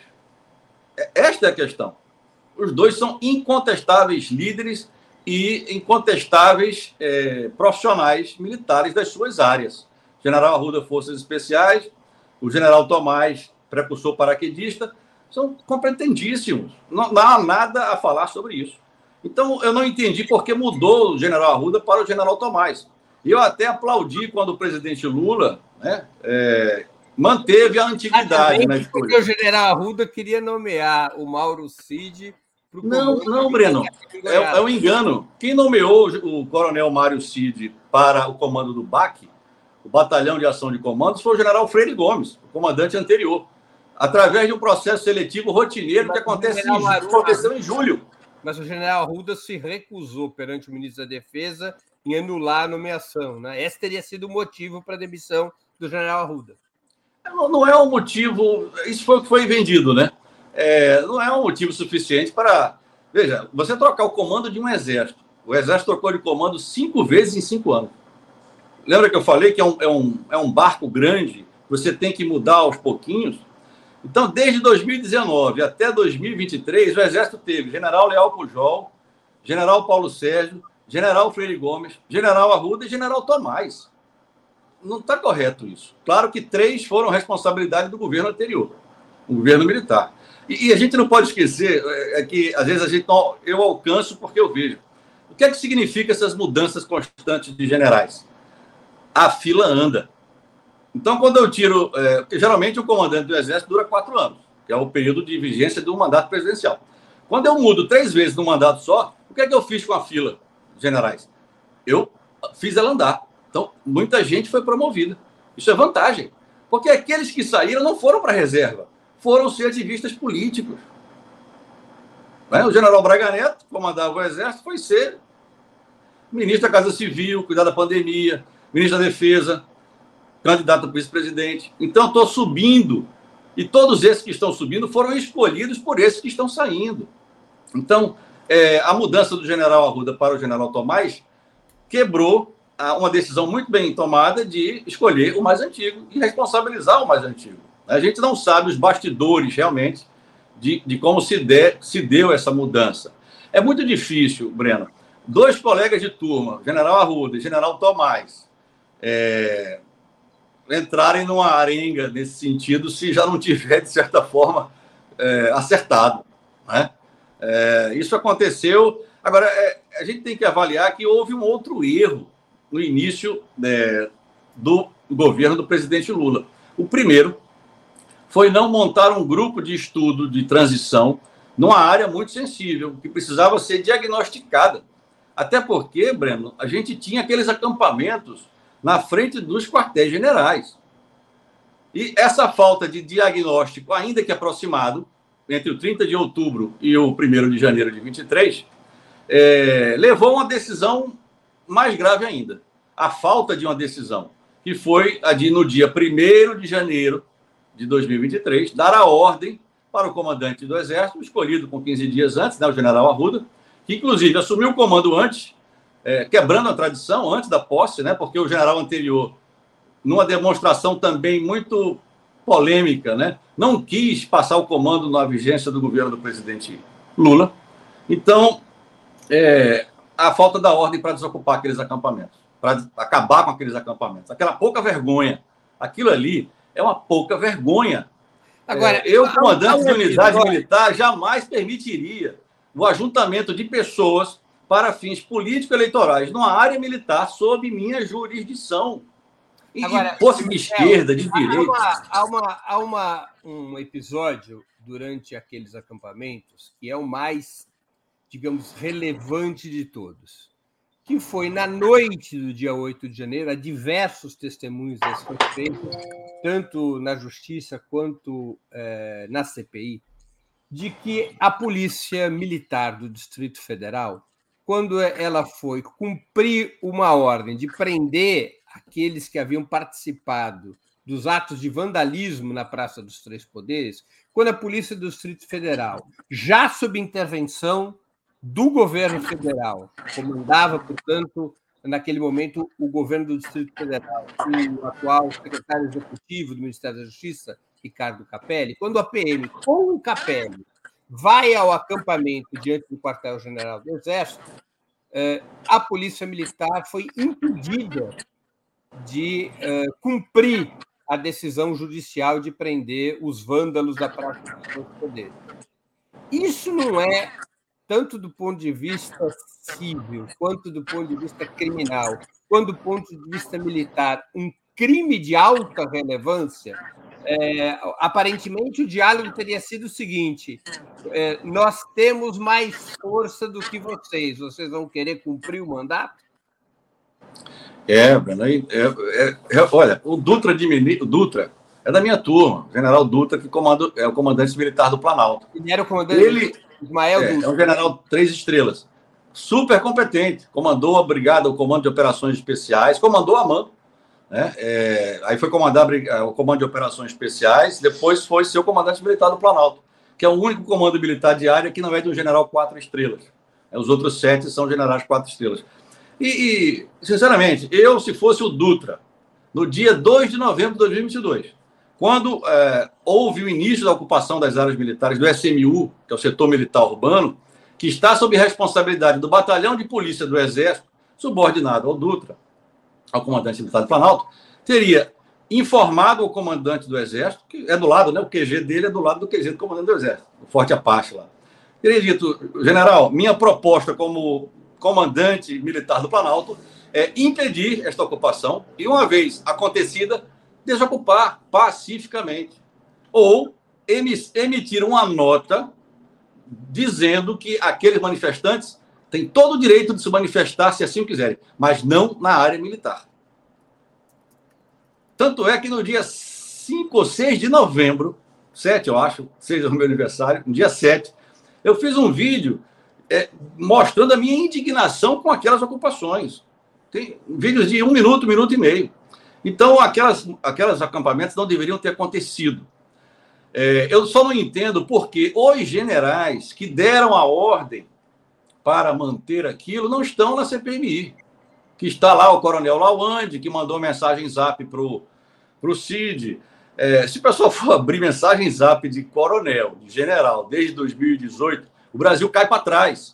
Esta é a questão. Os dois são incontestáveis líderes e incontestáveis é, profissionais militares das suas áreas. General Arruda, Forças Especiais, o general Tomás, precursor paraquedista, são competentíssimos. Não, não há nada a falar sobre isso. Então, eu não entendi por que mudou o general Arruda para o general Tomás. E eu até aplaudi quando o presidente Lula, né, é, manteve a antiguidade na escolha. Porque o general Arruda queria nomear o Mauro Cid para o Não, não, Breno. É, é um engano. Quem nomeou o coronel Mário Cid para o comando do B A C, o Batalhão de Ação de Comandos, foi o general Freire Gomes, o comandante anterior, através de um processo seletivo rotineiro Mas que acontece em, Arruda, aconteceu em julho. Mas o general Arruda se recusou perante o ministro da Defesa em anular a nomeação. Né? Esse teria sido o motivo para a demissão do general Arruda. Não, não é um motivo... Isso foi o que foi vendido, né? É, não é um motivo suficiente para Veja, você trocar o comando de um exército. O exército trocou de comando cinco vezes em cinco anos. Lembra que eu falei que é um, é um, é um barco grande, você tem que mudar aos pouquinhos? Então, desde dois mil e dezenove até dois mil e vinte e três, o exército teve general Leal Pujol, general Paulo Sérgio, general Freire Gomes, general Arruda e general Tomás. Não está correto isso. Claro que três foram responsabilidade do governo anterior, o governo militar. E, e a gente não pode esquecer é, é que, às vezes, a gente não, eu alcanço porque eu vejo. O que é que significa essas mudanças constantes de generais? A fila anda. Então, quando eu tiro... É, porque geralmente o comandante do Exército dura quatro anos, que é o período de vigência do mandato presidencial. Quando eu mudo três vezes num mandato só, o que é que eu fiz com a fila de generais? Eu fiz ela andar. Então, muita gente foi promovida. Isso é vantagem. Porque aqueles que saíram não foram para a reserva, foram ser ativistas políticos. Né? O general Braga Neto, que comandava o Exército, foi ser ministro da Casa Civil, cuidar da pandemia, ministro da Defesa, candidato a vice-presidente. Então, estou subindo. E todos esses que estão subindo foram escolhidos por esses que estão saindo. Então, é, a mudança do general Arruda para o general Tomás quebrou a, uma decisão muito bem tomada de escolher o mais antigo e responsabilizar o mais antigo. A gente não sabe os bastidores, realmente, de, de como se, de, se deu essa mudança. É muito difícil, Breno. Dois colegas de turma, general Arruda e general Tomás, é, entrarem numa arenga nesse sentido se já não tiver, de certa forma, é, acertado. Né? É, isso aconteceu. Agora, é, a gente tem que avaliar que houve um outro erro no início é, do governo do presidente Lula. O primeiro foi não montar um grupo de estudo de transição numa área muito sensível, que precisava ser diagnosticada. Até porque, Breno, a gente tinha aqueles acampamentos na frente dos quartéis generais. E essa falta de diagnóstico, ainda que aproximado, entre o trinta de outubro e o primeiro de janeiro de vinte e três, é, levou a uma decisão mais grave ainda. A falta de uma decisão, que foi a de, no dia primeiro de janeiro de dois mil e vinte e três, dar a ordem para o comandante do Exército, escolhido com quinze dias antes, né, o general Arruda, que, inclusive, assumiu o comando antes, É, quebrando a tradição antes da posse, né, porque o general anterior, numa demonstração também muito polêmica, né, não quis passar o comando na vigência do governo do presidente Lula. Então, é, a falta da ordem para desocupar aqueles acampamentos, para acabar com aqueles acampamentos. Aquela pouca vergonha. Aquilo ali é uma pouca vergonha. Agora, é, eu, comandante de unidade militar, jamais permitiria o ajuntamento de pessoas para fins político-eleitorais numa área militar sob minha jurisdição. E Agora, fosse de esquerda, de direita. Há, uma, há, uma, há uma, um episódio durante aqueles acampamentos que é o mais, digamos, relevante de todos, que foi na noite do dia oito de janeiro, há diversos testemunhos desse feito, tanto na Justiça quanto eh, na C P I, de que a Polícia Militar do Distrito Federal, quando ela foi cumprir uma ordem de prender aqueles que haviam participado dos atos de vandalismo na Praça dos Três Poderes, quando a Polícia do Distrito Federal, já sob intervenção do governo federal, comandava, portanto, naquele momento, o governo do Distrito Federal, o atual secretário executivo do Ministério da Justiça, Ricardo Capelli, quando a P M, com o Capelli, vai ao acampamento diante do quartel-general do Exército, a Polícia Militar foi impedida de cumprir a decisão judicial de prender os vândalos da Praça dos Poderes. Isso não é, tanto do ponto de vista civil, quanto do ponto de vista criminal, quanto do ponto de vista militar, um crime de alta relevância. É, aparentemente, o diálogo teria sido o seguinte: é, nós temos mais força do que vocês, vocês vão querer cumprir o mandato? É, Breno, é, é, é, olha, o Dutra, de, o Dutra é da minha turma, o general Dutra, que comanda, é o comandante militar do Planalto. Ele era o comandante Ele, Ismael é, Dutra. É um general três estrelas, super competente, comandou a brigada, o comando de operações especiais, comandou a MAN. Né? É, aí foi comandar o comando de operações especiais, depois foi ser o comandante militar do Planalto. que é o único comando militar de área que não é de um general quatro estrelas. Os outros sete são generais quatro estrelas. E, e, sinceramente, eu, se fosse o Dutra, no dia dois de novembro de dois mil e vinte e dois, quando é, houve o início da ocupação das áreas militares do S M U, que é o setor militar urbano, que está sob responsabilidade do Batalhão de Polícia do Exército, subordinado ao Dutra, ao comandante militar do Planalto, teria informado o comandante do Exército, que é do lado, né, o Q G dele é do lado do Q G do comandante do Exército, o Forte Apache lá. Teria dito, general, minha proposta como comandante militar do Planalto é impedir esta ocupação e, uma vez acontecida, desocupar pacificamente. Ou emitir uma nota dizendo que aqueles manifestantes têm todo o direito de se manifestar se assim o quiserem, mas não na área militar. Tanto é que no dia cinco ou seis de novembro, sete eu acho, seja o meu aniversário, no dia sete, eu fiz um vídeo é, mostrando a minha indignação com aquelas ocupações. Tem vídeos de um minuto, um minuto e meio. Então, aquelas, aquelas acampamentos não deveriam ter acontecido. É, eu só não entendo porque os generais que deram a ordem para manter aquilo não estão na C P M I. Que está lá o coronel Lawande, que mandou mensagem zap para o Cid. É, se o pessoal for abrir mensagem zap de coronel, de general, desde dois mil e dezoito, o Brasil cai para trás.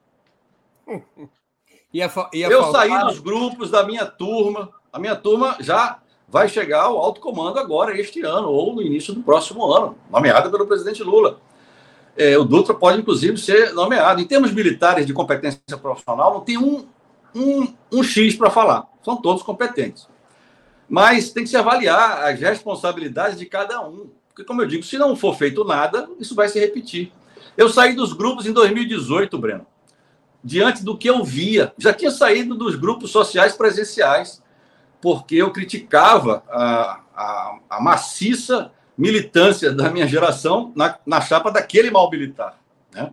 Ia, ia eu faltar... saí dos grupos da minha turma. A minha turma já vai chegar ao alto comando agora, este ano, ou no início do próximo ano, nomeada pelo presidente Lula. É, o Dutra pode, inclusive, ser nomeado. Em termos militares de competência profissional, não tem um, um, um X para falar. São todos competentes. Mas tem que se avaliar as responsabilidades de cada um. Porque, como eu digo, se não for feito nada, isso vai se repetir. Eu saí dos grupos em dois mil e dezoito, Breno, diante do que eu via. Já tinha saído dos grupos sociais presenciais, porque eu criticava a, a, a maciça militância da minha geração na, na chapa daquele mal militar. Né?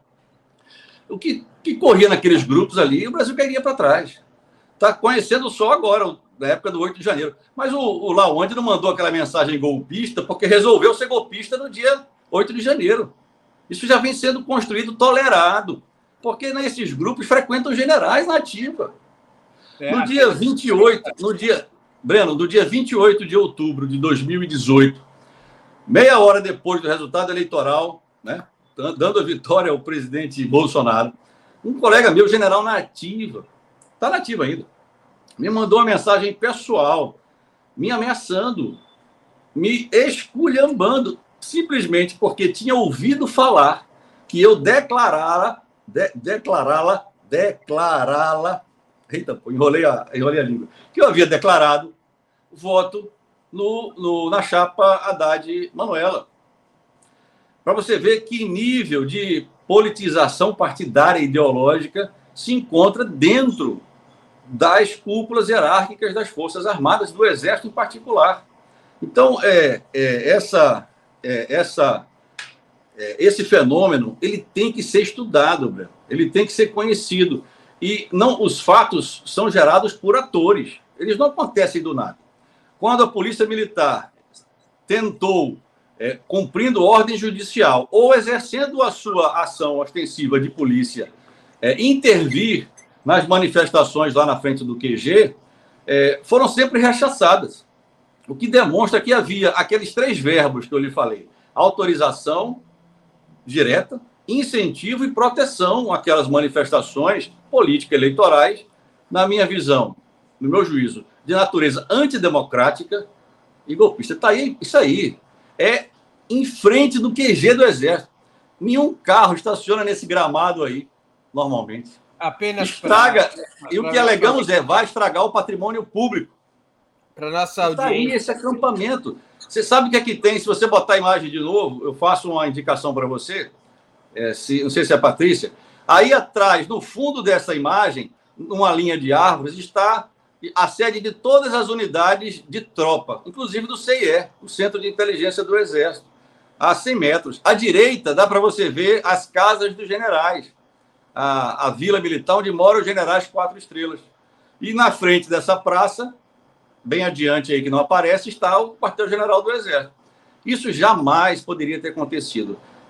O que, que corria naqueles grupos ali, o Brasil cairia para trás. Está conhecendo só agora, na época do oito de janeiro. Mas o, o Lawande não mandou aquela mensagem golpista porque resolveu ser golpista no dia oito de janeiro. Isso já vem sendo construído, tolerado, porque nesses grupos frequentam generais na ativa. É, no dia vinte e oito, no dia, Breno, no dia vinte e oito de outubro de dois mil e dezoito, meia hora depois do resultado eleitoral, né, dando a vitória ao presidente Bolsonaro, um colega meu, general na ativa, está na ativa ainda, me mandou uma mensagem pessoal, me ameaçando, me esculhambando, simplesmente porque tinha ouvido falar que eu declarara, de, declará-la, declará-la, eita, pô, enrolei a, enrolei a língua, que eu havia declarado voto no, no, na chapa Haddad-Manuela. Para você ver que nível de politização partidária e ideológica se encontra dentro das cúpulas hierárquicas das Forças Armadas, do Exército em particular. Então, é, é, essa, é, essa, é, esse fenômeno ele tem que ser estudado, Breno. Ele tem que ser conhecido. E não, os fatos são gerados por atores. Eles não acontecem do nada. Quando a Polícia Militar tentou, é, cumprindo ordem judicial ou exercendo a sua ação ostensiva de polícia, é, intervir nas manifestações lá na frente do Q G, é, foram sempre rechaçadas. O que demonstra que havia aqueles três verbos que eu lhe falei: autorização direta, incentivo e proteção àquelas manifestações político-eleitorais, na minha visão, no meu juízo, de natureza antidemocrática e golpista. Tá aí, isso aí é em frente do Q G do Exército. Nenhum carro estaciona nesse gramado aí, normalmente. Apenas estraga. Pra... E o que alegamos é, vai estragar o patrimônio público. Para nossa audiência. Tá aí esse acampamento. Você sabe o que aqui tem? Se você botar a imagem de novo, eu faço uma indicação para você. É, se, não sei se é a Patrícia. Aí atrás, no fundo dessa imagem, numa linha de árvores, está a sede de todas as unidades de tropa, inclusive do C I E, o Centro de Inteligência do Exército, a cem metros. À direita, dá para você ver as casas dos generais, a, a vila militar onde moram os generais quatro estrelas. E na frente dessa praça, bem adiante aí que não aparece, está o quartel-general do Exército. Isso jamais poderia ter acontecido.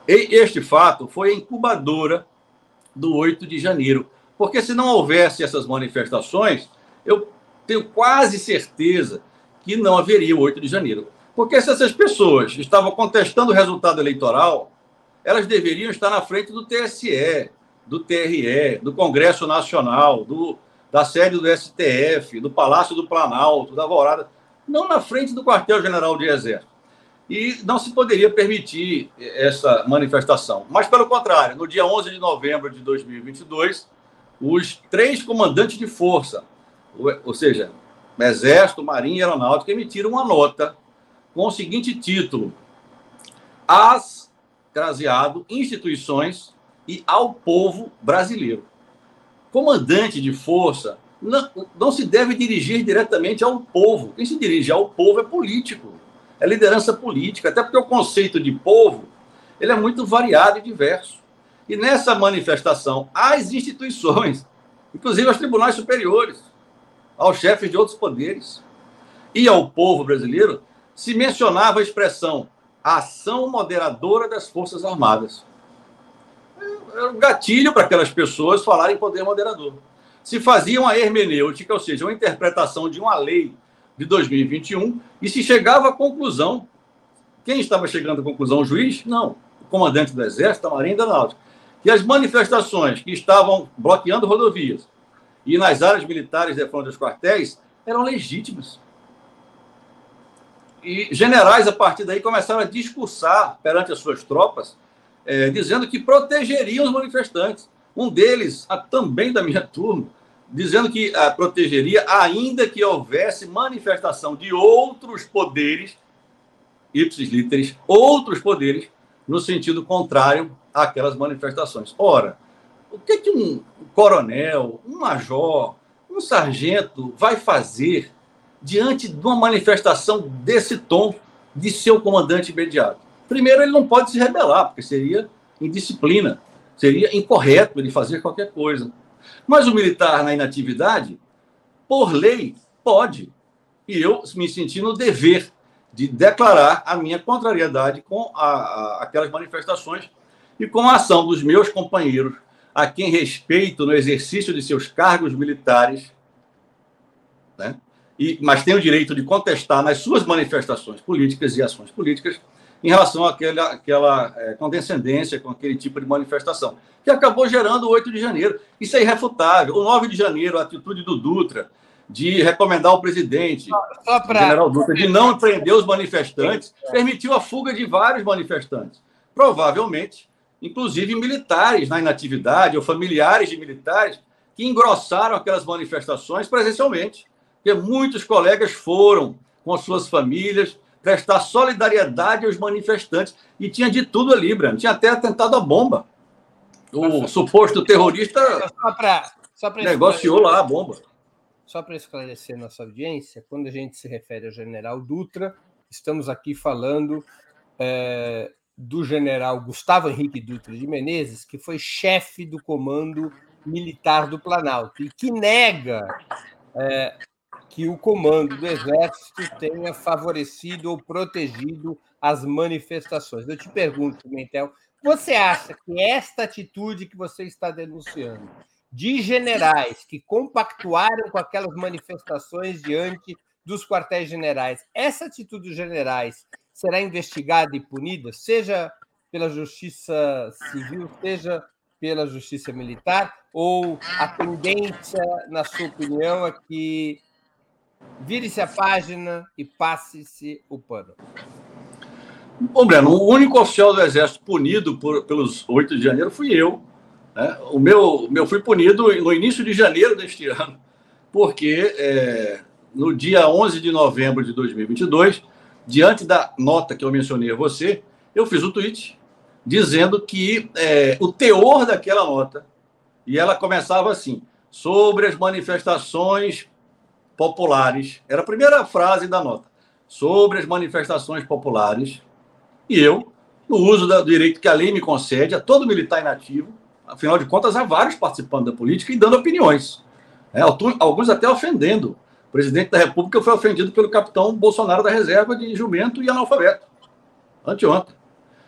E este fato foi a incubadora do oito de janeiro. Porque se não houvesse essas manifestações, eu tenho quase certeza que não haveria o oito de janeiro. Porque se essas pessoas estavam contestando o resultado eleitoral, elas deveriam estar na frente do T S E, do T R E, do Congresso Nacional, do, da sede do S T F, do Palácio do Planalto, da Alvorada, não na frente do quartel-general de Exército. E não se poderia permitir essa manifestação. Mas, pelo contrário, no dia onze de novembro de dois mil e vinte e dois, os três comandantes de força, ou seja, Exército, Marinha e Aeronáutica, emitiram uma nota com o seguinte título: às, craseado, instituições e ao povo brasileiro. Comandante de força não, não se deve dirigir diretamente ao povo. Quem se dirige ao povo é político, é liderança política, até porque o conceito de povo ele é muito variado e diverso. E nessa manifestação, as instituições, inclusive aos tribunais superiores, aos chefes de outros poderes e ao povo brasileiro, se mencionava a expressão ação moderadora das Forças Armadas. Era um gatilho para aquelas pessoas falarem poder moderador. Se fazia uma hermenêutica, ou seja, uma interpretação de uma lei de dois mil e vinte e um, e se chegava à conclusão. Quem estava chegando à conclusão? O juiz? Não. O comandante do Exército, da Marinha e da Náutica. Que as manifestações que estavam bloqueando rodovias e nas áreas militares de frente aos quartéis eram legítimas. E generais, a partir daí, começaram a discursar perante as suas tropas, é, dizendo que protegeriam os manifestantes. Um deles, a, também da minha turma, dizendo que a, protegeria ainda que houvesse manifestação de outros poderes, ipsis literis, outros poderes, no sentido contrário àquelas manifestações. Ora, o que, que um coronel, um major, um sargento vai fazer diante de uma manifestação desse tom de seu comandante imediato? Primeiro, ele não pode se rebelar, porque seria indisciplina, seria incorreto ele fazer qualquer coisa. Mas o militar na inatividade, por lei, pode. E eu me senti no dever de declarar a minha contrariedade com a, a, aquelas manifestações e com a ação dos meus companheiros, a quem respeito no exercício de seus cargos militares, né? E, mas tem o direito de contestar nas suas manifestações políticas e ações políticas em relação àquela, àquela é, condescendência com aquele tipo de manifestação, que acabou gerando o oito de janeiro. Isso é irrefutável. O nove de janeiro, a atitude do Dutra de recomendar ao presidente, só pra... o general Dutra, de não prender os manifestantes, permitiu a fuga de vários manifestantes. Provavelmente, inclusive militares na inatividade ou familiares de militares que engrossaram aquelas manifestações presencialmente. Porque muitos colegas foram com as suas famílias prestar solidariedade aos manifestantes. E tinha de tudo ali, Breno. Tinha até atentado à bomba. O suposto terrorista só pra, só pra negociou lá a bomba. Só para esclarecer nossa audiência, quando a gente se refere ao general Dutra, estamos aqui falando é, do general Gustavo Henrique Dutra de Menezes, que foi chefe do Comando Militar do Planalto e que nega é, que o comando do Exército tenha favorecido ou protegido as manifestações. Eu te pergunto, Pimentel, você acha que esta atitude que você está denunciando de generais que compactuaram com aquelas manifestações diante dos quartéis generais, essa atitude dos generais será investigada e punida, seja pela Justiça Civil, seja pela Justiça Militar, ou a tendência, na sua opinião, é que vire-se a página e passe-se o pano? Bom, Breno, o único oficial do Exército punido por, pelos oito de janeiro fui eu. Né? O meu, meu fui punido no início de janeiro deste ano, porque é, no dia onze de novembro de dois mil e vinte e dois, diante da nota que eu mencionei a você, eu fiz um tweet dizendo que é, o teor daquela nota, e ela começava assim, sobre as manifestações populares, era a primeira frase da nota, sobre as manifestações populares, e eu, no uso do direito que a lei me concede a todo militar inativo, afinal de contas, há vários participando da política e dando opiniões. É, alguns até ofendendo. O presidente da República foi ofendido pelo capitão Bolsonaro da reserva de jumento e analfabeto. Anteontem.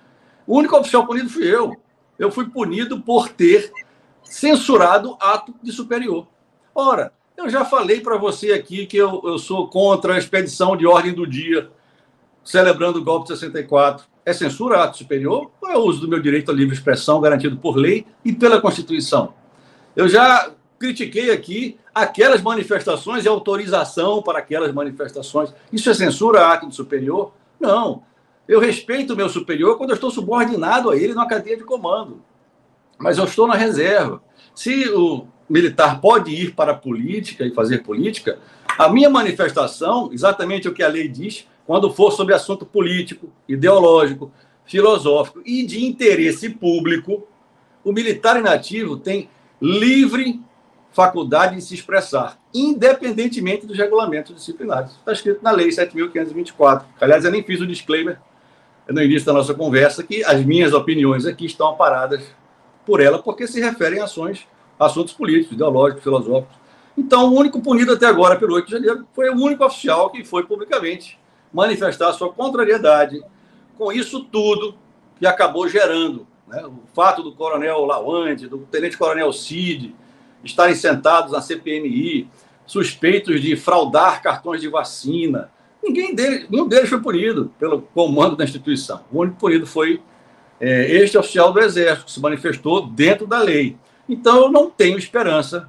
O único oficial punido fui eu. Eu fui punido por ter censurado ato de superior. Ora, eu já falei para você aqui que eu, eu sou contra a expedição de ordem do dia, celebrando o golpe de sessenta e quatro. É censura ato superior ou é o uso do meu direito à livre expressão garantido por lei e pela Constituição? Eu já critiquei aqui aquelas manifestações e autorização para aquelas manifestações. Isso é censura ato de superior? Não. Eu respeito o meu superior quando eu estou subordinado a ele numa cadeia de comando. Mas eu estou na reserva. Se o militar pode ir para a política e fazer política, a minha manifestação, exatamente o que a lei diz, quando for sobre assunto político, ideológico, filosófico e de interesse público, o militar inativo tem livre faculdade de se expressar, independentemente dos regulamentos disciplinares. Está escrito na Lei sete mil quinhentos e vinte e quatro. Aliás, eu nem fiz o disclaimer no início da nossa conversa que as minhas opiniões aqui estão amparadas por ela, porque se referem a ações, assuntos políticos, ideológicos, filosóficos. Então, o único punido até agora pelo oito de janeiro foi o único oficial que foi publicamente manifestar sua contrariedade com isso tudo que acabou gerando, né? O fato do coronel Lawande, do tenente-coronel Cid estarem sentados na C P M I, suspeitos de fraudar cartões de vacina. Ninguém deles, nenhum deles foi punido pelo comando da instituição. O único punido foi é, este oficial do Exército, que se manifestou dentro da lei. Então, eu não tenho esperança,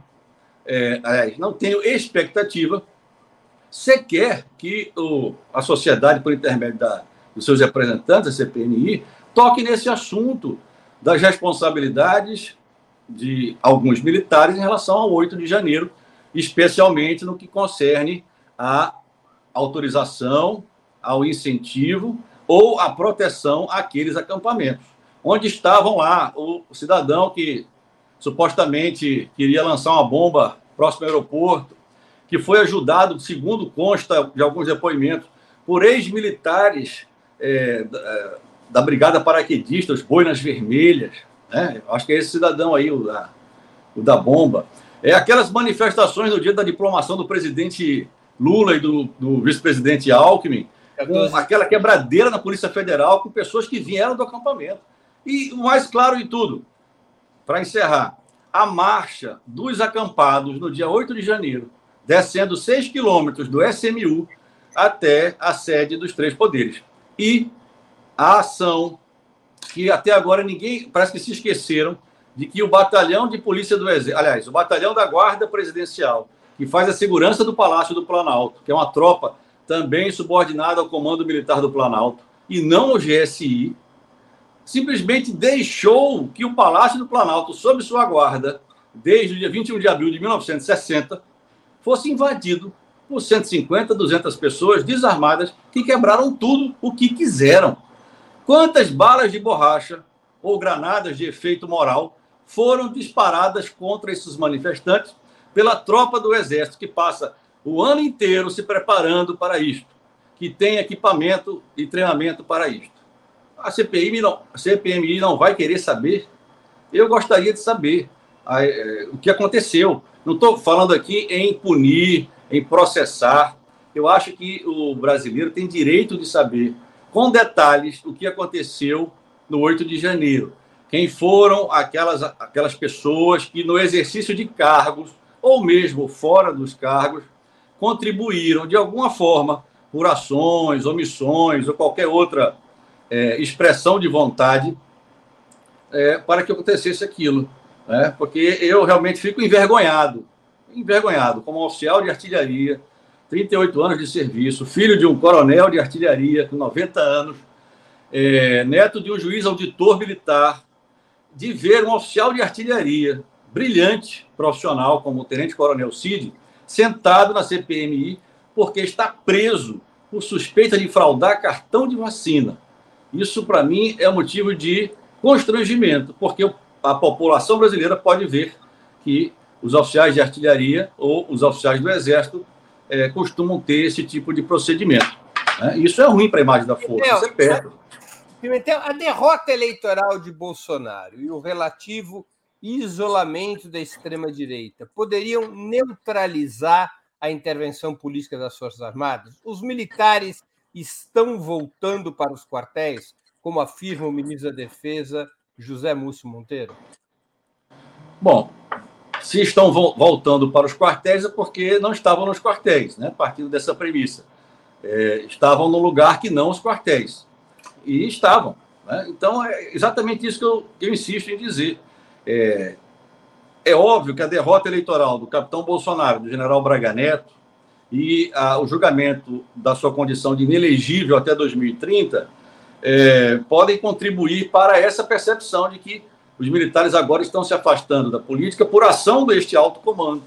é, não tenho expectativa sequer que o, a sociedade, por intermédio da, dos seus representantes, a C P M I, toque nesse assunto das responsabilidades de alguns militares em relação ao oito de janeiro, especialmente no que concerne à autorização, ao incentivo ou à proteção àqueles acampamentos, onde estavam lá o cidadão que supostamente queria lançar uma bomba próximo ao aeroporto, que foi ajudado, segundo consta de alguns depoimentos, por ex-militares é, da, da Brigada Paraquedista, os Boinas Vermelhas, né? Acho que é esse cidadão aí, o da, o da bomba. É aquelas manifestações no dia da diplomação do presidente Lula e do, do vice-presidente Alckmin, com aquela quebradeira na Polícia Federal, com pessoas que vieram do acampamento. E o mais claro de tudo, para encerrar, a marcha dos acampados no dia oito de janeiro, descendo seis quilômetros do S M U até a sede dos três poderes. E a ação que até agora ninguém, parece que se esqueceram, de que o batalhão de polícia do Exército, aliás, o batalhão da Guarda Presidencial, que faz a segurança do Palácio do Planalto, que é uma tropa também subordinada ao Comando Militar do Planalto, e não o G S I, simplesmente deixou que o Palácio do Planalto, sob sua guarda, desde o dia vinte e um de abril de mil novecentos e sessenta, fosse invadido por cento e cinquenta, duzentas pessoas desarmadas que quebraram tudo o que quiseram. Quantas balas de borracha ou granadas de efeito moral foram disparadas contra esses manifestantes pela tropa do Exército, que passa o ano inteiro se preparando para isto, que tem equipamento e treinamento para isto. A C P M I não, a C P M I não vai querer saber. Eu gostaria de saber a, é, o que aconteceu. Não estou falando aqui em punir, em processar. Eu acho que o brasileiro tem direito de saber, com detalhes, o que aconteceu no oito de janeiro. Quem foram aquelas, aquelas pessoas que, no exercício de cargos, ou mesmo fora dos cargos, contribuíram, de alguma forma, por ações, omissões ou qualquer outra é, expressão de vontade, é, para que acontecesse aquilo. Né? Porque eu realmente fico envergonhado, envergonhado, como oficial de artilharia, trinta e oito anos de serviço, filho de um coronel de artilharia com noventa anos, é, neto de um juiz auditor militar, de ver um oficial de artilharia brilhante, profissional, como o tenente-coronel Cid, sentado na C P M I, porque está preso por suspeita de fraudar cartão de vacina. Isso, para mim, é motivo de constrangimento, porque a população brasileira pode ver que os oficiais de artilharia ou os oficiais do Exército é, costumam ter esse tipo de procedimento. Né? Isso é ruim para a imagem da força. Isso é péssimo. Pimentel, a derrota eleitoral de Bolsonaro e o relativo isolamento da extrema-direita poderiam neutralizar a intervenção política das Forças Armadas? Os militares estão voltando para os quartéis, como afirma o ministro da Defesa, José Múcio Monteiro? Bom, se estão voltando para os quartéis é porque não estavam nos quartéis, né? Partindo dessa premissa. É, estavam no lugar que não os quartéis. E estavam. Né? Então, é exatamente isso que eu, que eu insisto em dizer. É, é óbvio que a derrota eleitoral do capitão Bolsonaro, do general Braga Neto, e a, o julgamento da sua condição de inelegível até dois mil e trinta é, podem contribuir para essa percepção de que os militares agora estão se afastando da política por ação deste alto comando.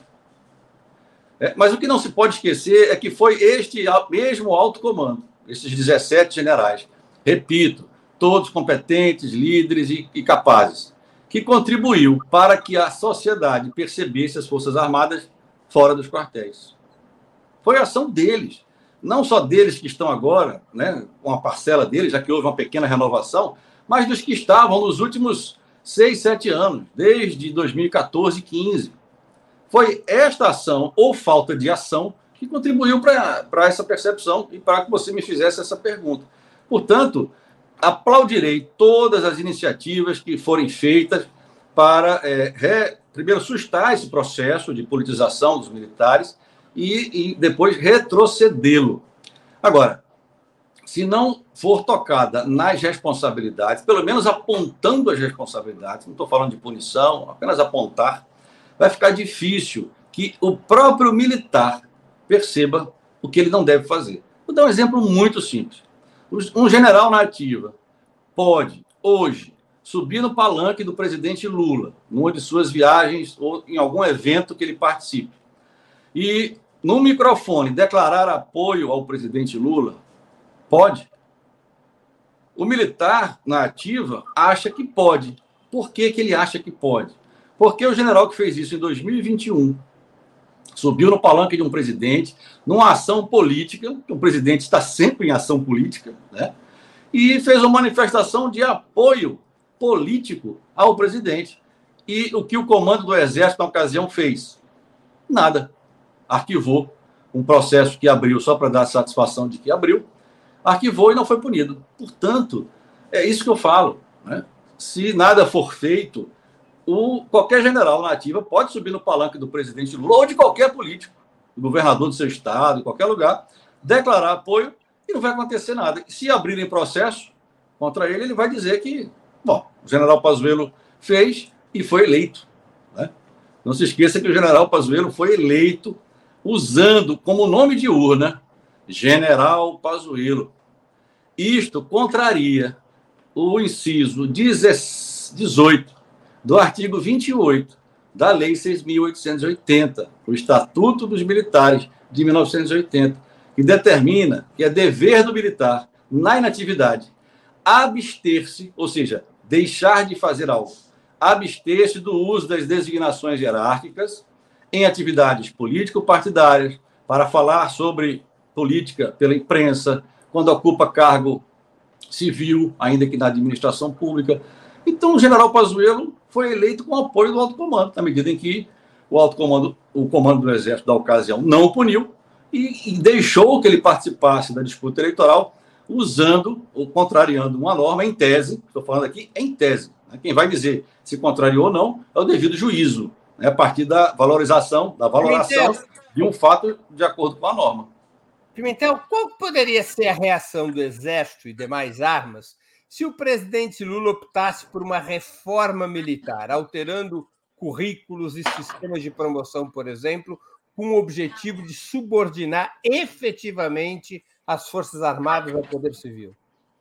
É, mas o que não se pode esquecer é que foi este mesmo alto comando, esses dezessete generais, repito, todos competentes, líderes e, e capazes, que contribuiu para que a sociedade percebesse as Forças Armadas fora dos quartéis. Foi a ação deles, não só deles que estão agora, né, com a parcela deles, já que houve uma pequena renovação, mas dos que estavam nos últimos seis, sete anos, desde dois mil e quatorze, quinze. Foi esta ação, ou falta de ação, que contribuiu para essa percepção e para que você me fizesse essa pergunta. Portanto, aplaudirei todas as iniciativas que forem feitas para, é, re, primeiro, sustar esse processo de politização dos militares e, e depois retrocedê-lo. Agora, se não for tocada nas responsabilidades, pelo menos apontando as responsabilidades, não estou falando de punição, apenas apontar, vai ficar difícil que o próprio militar perceba o que ele não deve fazer. Vou dar um exemplo muito simples. Um general na ativa pode, hoje, subir no palanque do presidente Lula, numa de suas viagens ou em algum evento que ele participe, e, no microfone, declarar apoio ao presidente Lula. Pode. O militar na ativa acha que pode. Por que que ele acha que pode? Porque o general que fez isso em dois mil e vinte e um subiu no palanque de um presidente, numa ação política, que o presidente está sempre em ação política, né? E fez uma manifestação de apoio político ao presidente. E o que o comando do Exército, na ocasião, fez? Nada. Arquivou um processo que abriu só para dar satisfação de que abriu, arquivou e não foi punido. Portanto, é isso que eu falo, né? Se nada for feito, o, qualquer general na ativa pode subir no palanque do presidente Lula ou de qualquer político, do governador do seu estado, em qualquer lugar, declarar apoio e não vai acontecer nada. E se abrirem processo contra ele, ele vai dizer que, bom, o general Pazuello fez e foi eleito, né? Não se esqueça que o general Pazuello foi eleito usando como nome de urna General Pazuello. Isto contraria o inciso dezoito do artigo vinte e oito da Lei seis mil oitocentos e oitenta, o Estatuto dos Militares de mil novecentos e oitenta, que determina que é dever do militar, na inatividade, abster-se, ou seja, deixar de fazer algo, abster-se do uso das designações hierárquicas em atividades político-partidárias, para falar sobre política pela imprensa, quando ocupa cargo civil, ainda que na administração pública. Então, o general Pazuello foi eleito com apoio do alto comando, na medida em que o alto comando, o comando do Exército da ocasião não o puniu e, e deixou que ele participasse da disputa eleitoral usando ou contrariando uma norma em tese, estou falando aqui em tese, né? Quem vai dizer se contrariou ou não é o devido juízo, né? A partir da valorização, da valoração de um fato de acordo com a norma. Pimentel, qual poderia ser a reação do Exército e demais armas se o presidente Lula optasse por uma reforma militar, alterando currículos e sistemas de promoção, por exemplo, com o objetivo de subordinar efetivamente as Forças Armadas ao Poder Civil?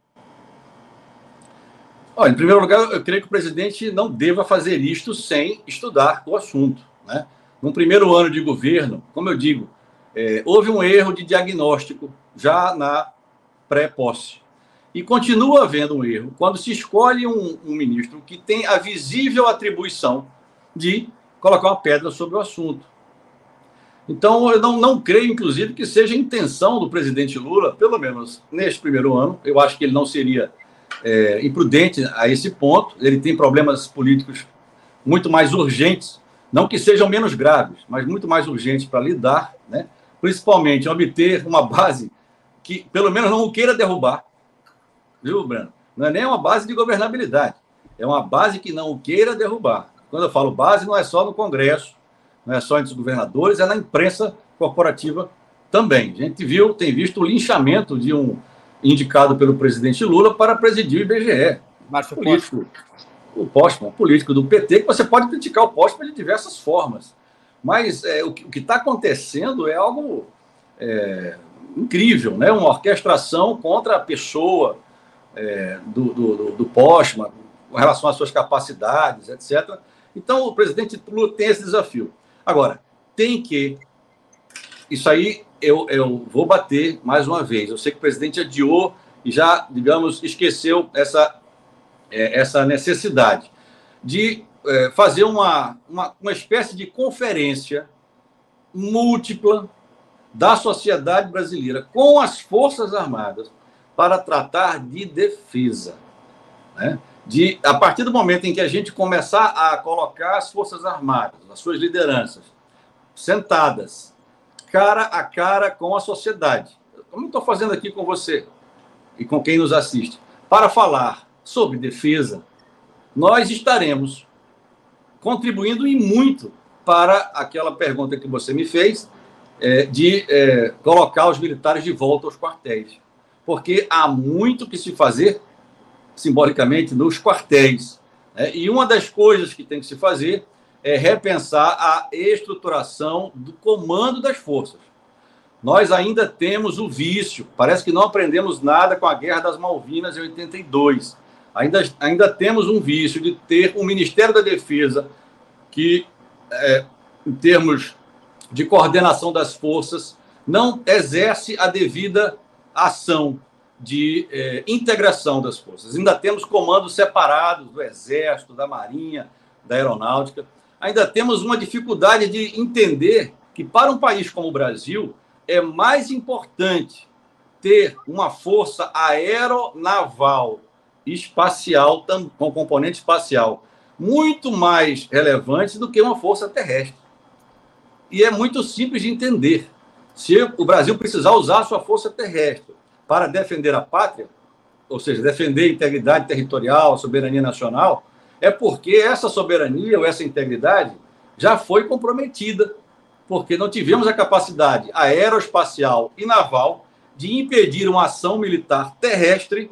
Olha, em primeiro lugar, eu creio que o presidente não deva fazer isto sem estudar o assunto, né? No primeiro ano de governo, como eu digo, é, houve um erro de diagnóstico já na pré-posse. E continua havendo um erro quando se escolhe um, um ministro que tem a visível atribuição de colocar uma pedra sobre o assunto. Então, eu não, não creio, inclusive, que seja a intenção do presidente Lula, pelo menos neste primeiro ano. Eu acho que ele não seria é, imprudente a esse ponto. Ele tem problemas políticos muito mais urgentes, não que sejam menos graves, mas muito mais urgentes para lidar, né? Principalmente obter uma base que, pelo menos, não o queira derrubar. Viu, Breno? não é nem uma base de governabilidade, é uma base que não queira derrubar. Quando eu falo base, não é só no Congresso, não é só entre os governadores, é na imprensa corporativa também. A gente viu, tem visto o linchamento de um indicado pelo presidente Lula para presidir o I B G E. Márcio político, o Postman, político do P T, que você pode criticar o Postman de diversas formas. Mas é, o que está acontecendo é algo é, incrível, né? Uma orquestração contra a pessoa é, do, do, do Postman, com relação às suas capacidades, etcétera. Então, o presidente Lula tem esse desafio. Agora, tem que... Isso aí eu, eu vou bater mais uma vez. Eu sei que o presidente adiou e já, digamos, esqueceu essa, é, essa necessidade de é, fazer uma, uma, uma espécie de conferência múltipla da sociedade brasileira com as Forças Armadas para tratar de defesa, né? De, a partir do momento em que a gente começar a colocar as Forças Armadas, as suas lideranças, sentadas, cara a cara com a sociedade, como estou fazendo aqui com você e com quem nos assiste, para falar sobre defesa, nós estaremos contribuindo e muito para aquela pergunta que você me fez, é, de é, colocar os militares de volta aos quartéis. Porque há muito que se fazer, simbolicamente, nos quartéis. Né? E uma das coisas que tem que se fazer é repensar a estruturação do comando das forças. Nós ainda temos o vício, parece que não aprendemos nada com a Guerra das Malvinas em oitenta e dois. Ainda, ainda temos um vício de ter um Ministério da Defesa que, é, em termos de coordenação das forças, não exerce a devida ação de é, integração das forças. Ainda temos comandos separados do Exército, da Marinha, da Aeronáutica. Ainda temos uma dificuldade de entender que, para um país como o Brasil, é mais importante ter uma força aeronaval espacial, com componente espacial, muito mais relevante do que uma força terrestre. E é muito simples de entender. Se o Brasil precisar usar a sua força terrestre para defender a pátria, ou seja, defender a integridade territorial, a soberania nacional, é porque essa soberania ou essa integridade já foi comprometida, porque não tivemos a capacidade aeroespacial e naval de impedir uma ação militar terrestre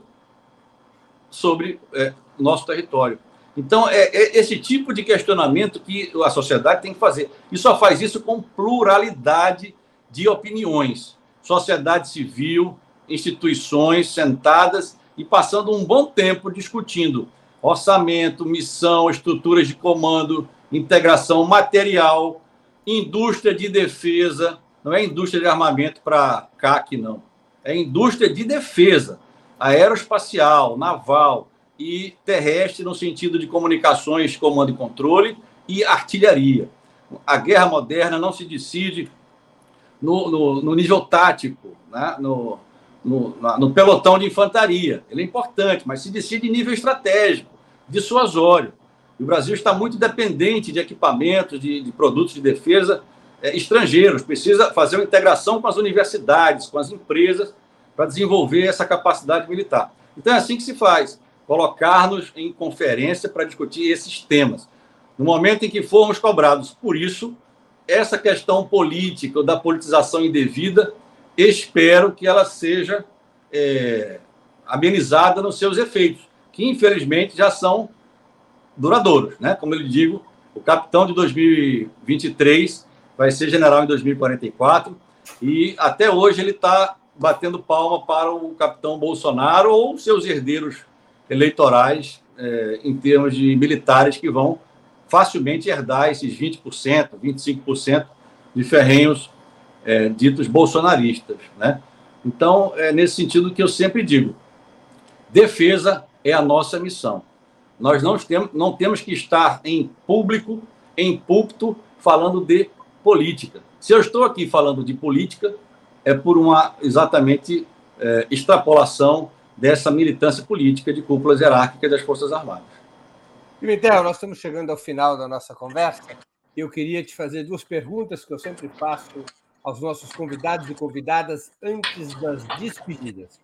sobre é, o nosso território. Então, é, é esse tipo de questionamento que a sociedade tem que fazer. E só faz isso com pluralidade de opiniões. Sociedade civil, instituições sentadas e passando um bom tempo discutindo orçamento, missão, estruturas de comando, integração material, indústria de defesa. Não é indústria de armamento para C A C, não. É indústria de defesa, aeroespacial, naval e terrestre, no sentido de comunicações, comando e controle, e artilharia. A guerra moderna não se decide no, no, no nível tático, né? no, no, no pelotão de infantaria. Ele é importante, mas se decide em nível estratégico, dissuasório. E o Brasil está muito dependente de equipamentos, de, de produtos de defesa é, estrangeiros. Precisa fazer uma integração com as universidades, com as empresas, para desenvolver essa capacidade militar. Então, é assim que se faz. Colocar-nos em conferência para discutir esses temas. No momento em que formos cobrados por isso, essa questão política ou da politização indevida, espero que ela seja é, amenizada nos seus efeitos, que infelizmente já são duradouros, né? Como eu digo, o capitão de dois mil e vinte e três vai ser general em dois mil e quarenta e quatro e até hoje ele está batendo palma para o capitão Bolsonaro ou seus herdeiros eleitorais, eh, em termos de militares que vão facilmente herdar esses vinte por cento, vinte e cinco por cento de ferrenhos eh, ditos bolsonaristas, né? Então, é nesse sentido que eu sempre digo, defesa é a nossa missão. Nós não temos, não temos que estar em público, em púlpito, falando de política. Se eu estou aqui falando de política, é por uma, exatamente, é, extrapolação dessa militância política de cúpulas hierárquicas das Forças Armadas. Pimentel, nós estamos chegando ao final da nossa conversa. Eu queria te fazer duas perguntas que eu sempre faço aos nossos convidados e convidadas antes das despedidas.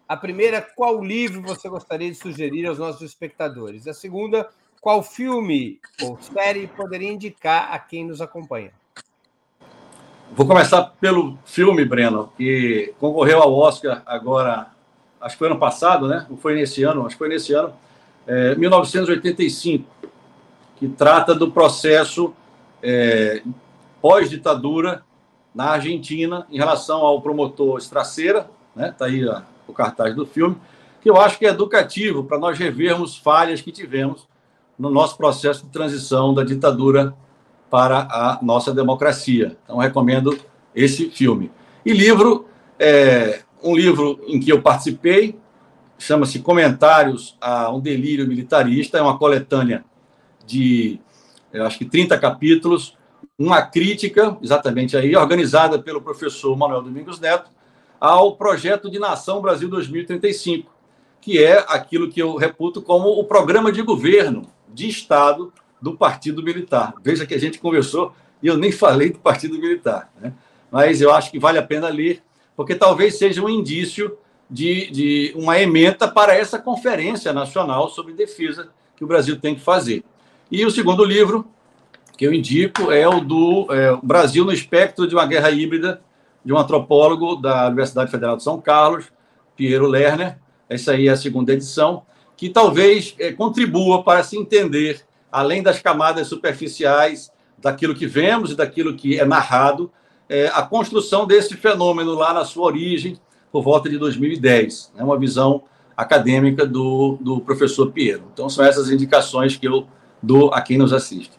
A primeira, qual livro você gostaria de sugerir aos nossos espectadores? A segunda, qual filme ou série poderia indicar a quem nos acompanha? Vou começar pelo filme, Breno, que concorreu ao Oscar agora, acho que foi ano passado, né? Não foi nesse ano, acho que foi nesse ano, é, mil novecentos e oitenta e cinco, que trata do processo é, pós-ditadura na Argentina em relação ao promotor Estraceira, né? Tá aí ó, o cartaz do filme, que eu acho que é educativo para nós revermos falhas que tivemos no nosso processo de transição da ditadura para a nossa democracia. Então, recomendo esse filme. E livro, é, um livro em que eu participei, chama-se Comentários a um Delírio Militarista, é uma coletânea de, eu acho que trinta capítulos, uma crítica, exatamente aí, organizada pelo professor Manuel Domingos Neto, ao projeto de Nação Brasil dois mil e trinta e cinco, que é aquilo que eu reputo como o programa de governo de Estado do Partido Militar. Veja que a gente conversou e eu nem falei do Partido Militar, né? Mas eu acho que vale a pena ler, porque talvez seja um indício de, de uma ementa para essa Conferência Nacional sobre Defesa que o Brasil tem que fazer. E o segundo livro que eu indico é o do é, Brasil no Espectro de uma Guerra Híbrida, de um antropólogo da Universidade Federal de São Carlos, Piero Lerner. Essa aí é a segunda edição, que talvez é, contribua para se entender, além das camadas superficiais daquilo que vemos e daquilo que é narrado, é, a construção desse fenômeno lá na sua origem, por volta de dois mil e dez. É uma visão acadêmica do, do professor Piero. Então, são essas indicações que eu dou a quem nos assiste.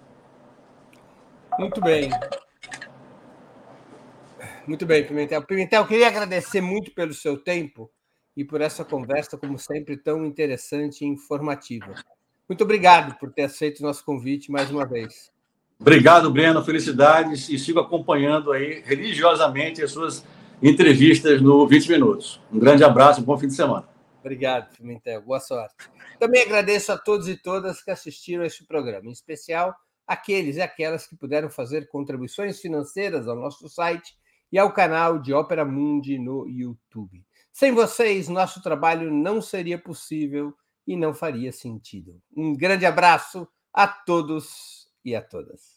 Muito bem. Muito bem, Pimentel. Pimentel, eu queria agradecer muito pelo seu tempo e por essa conversa, como sempre, tão interessante e informativa. Muito obrigado por ter aceito o nosso convite mais uma vez. Obrigado, Breno. Felicidades e sigo acompanhando aí religiosamente as suas entrevistas no vinte Minutos. Um grande abraço, um bom fim de semana. Obrigado, Pimentel. Boa sorte. Também agradeço a todos e todas que assistiram a este programa, em especial aqueles e aquelas que puderam fazer contribuições financeiras ao nosso site e ao canal de Ópera Mundi no YouTube. Sem vocês, nosso trabalho não seria possível e não faria sentido. Um grande abraço a todos e a todas.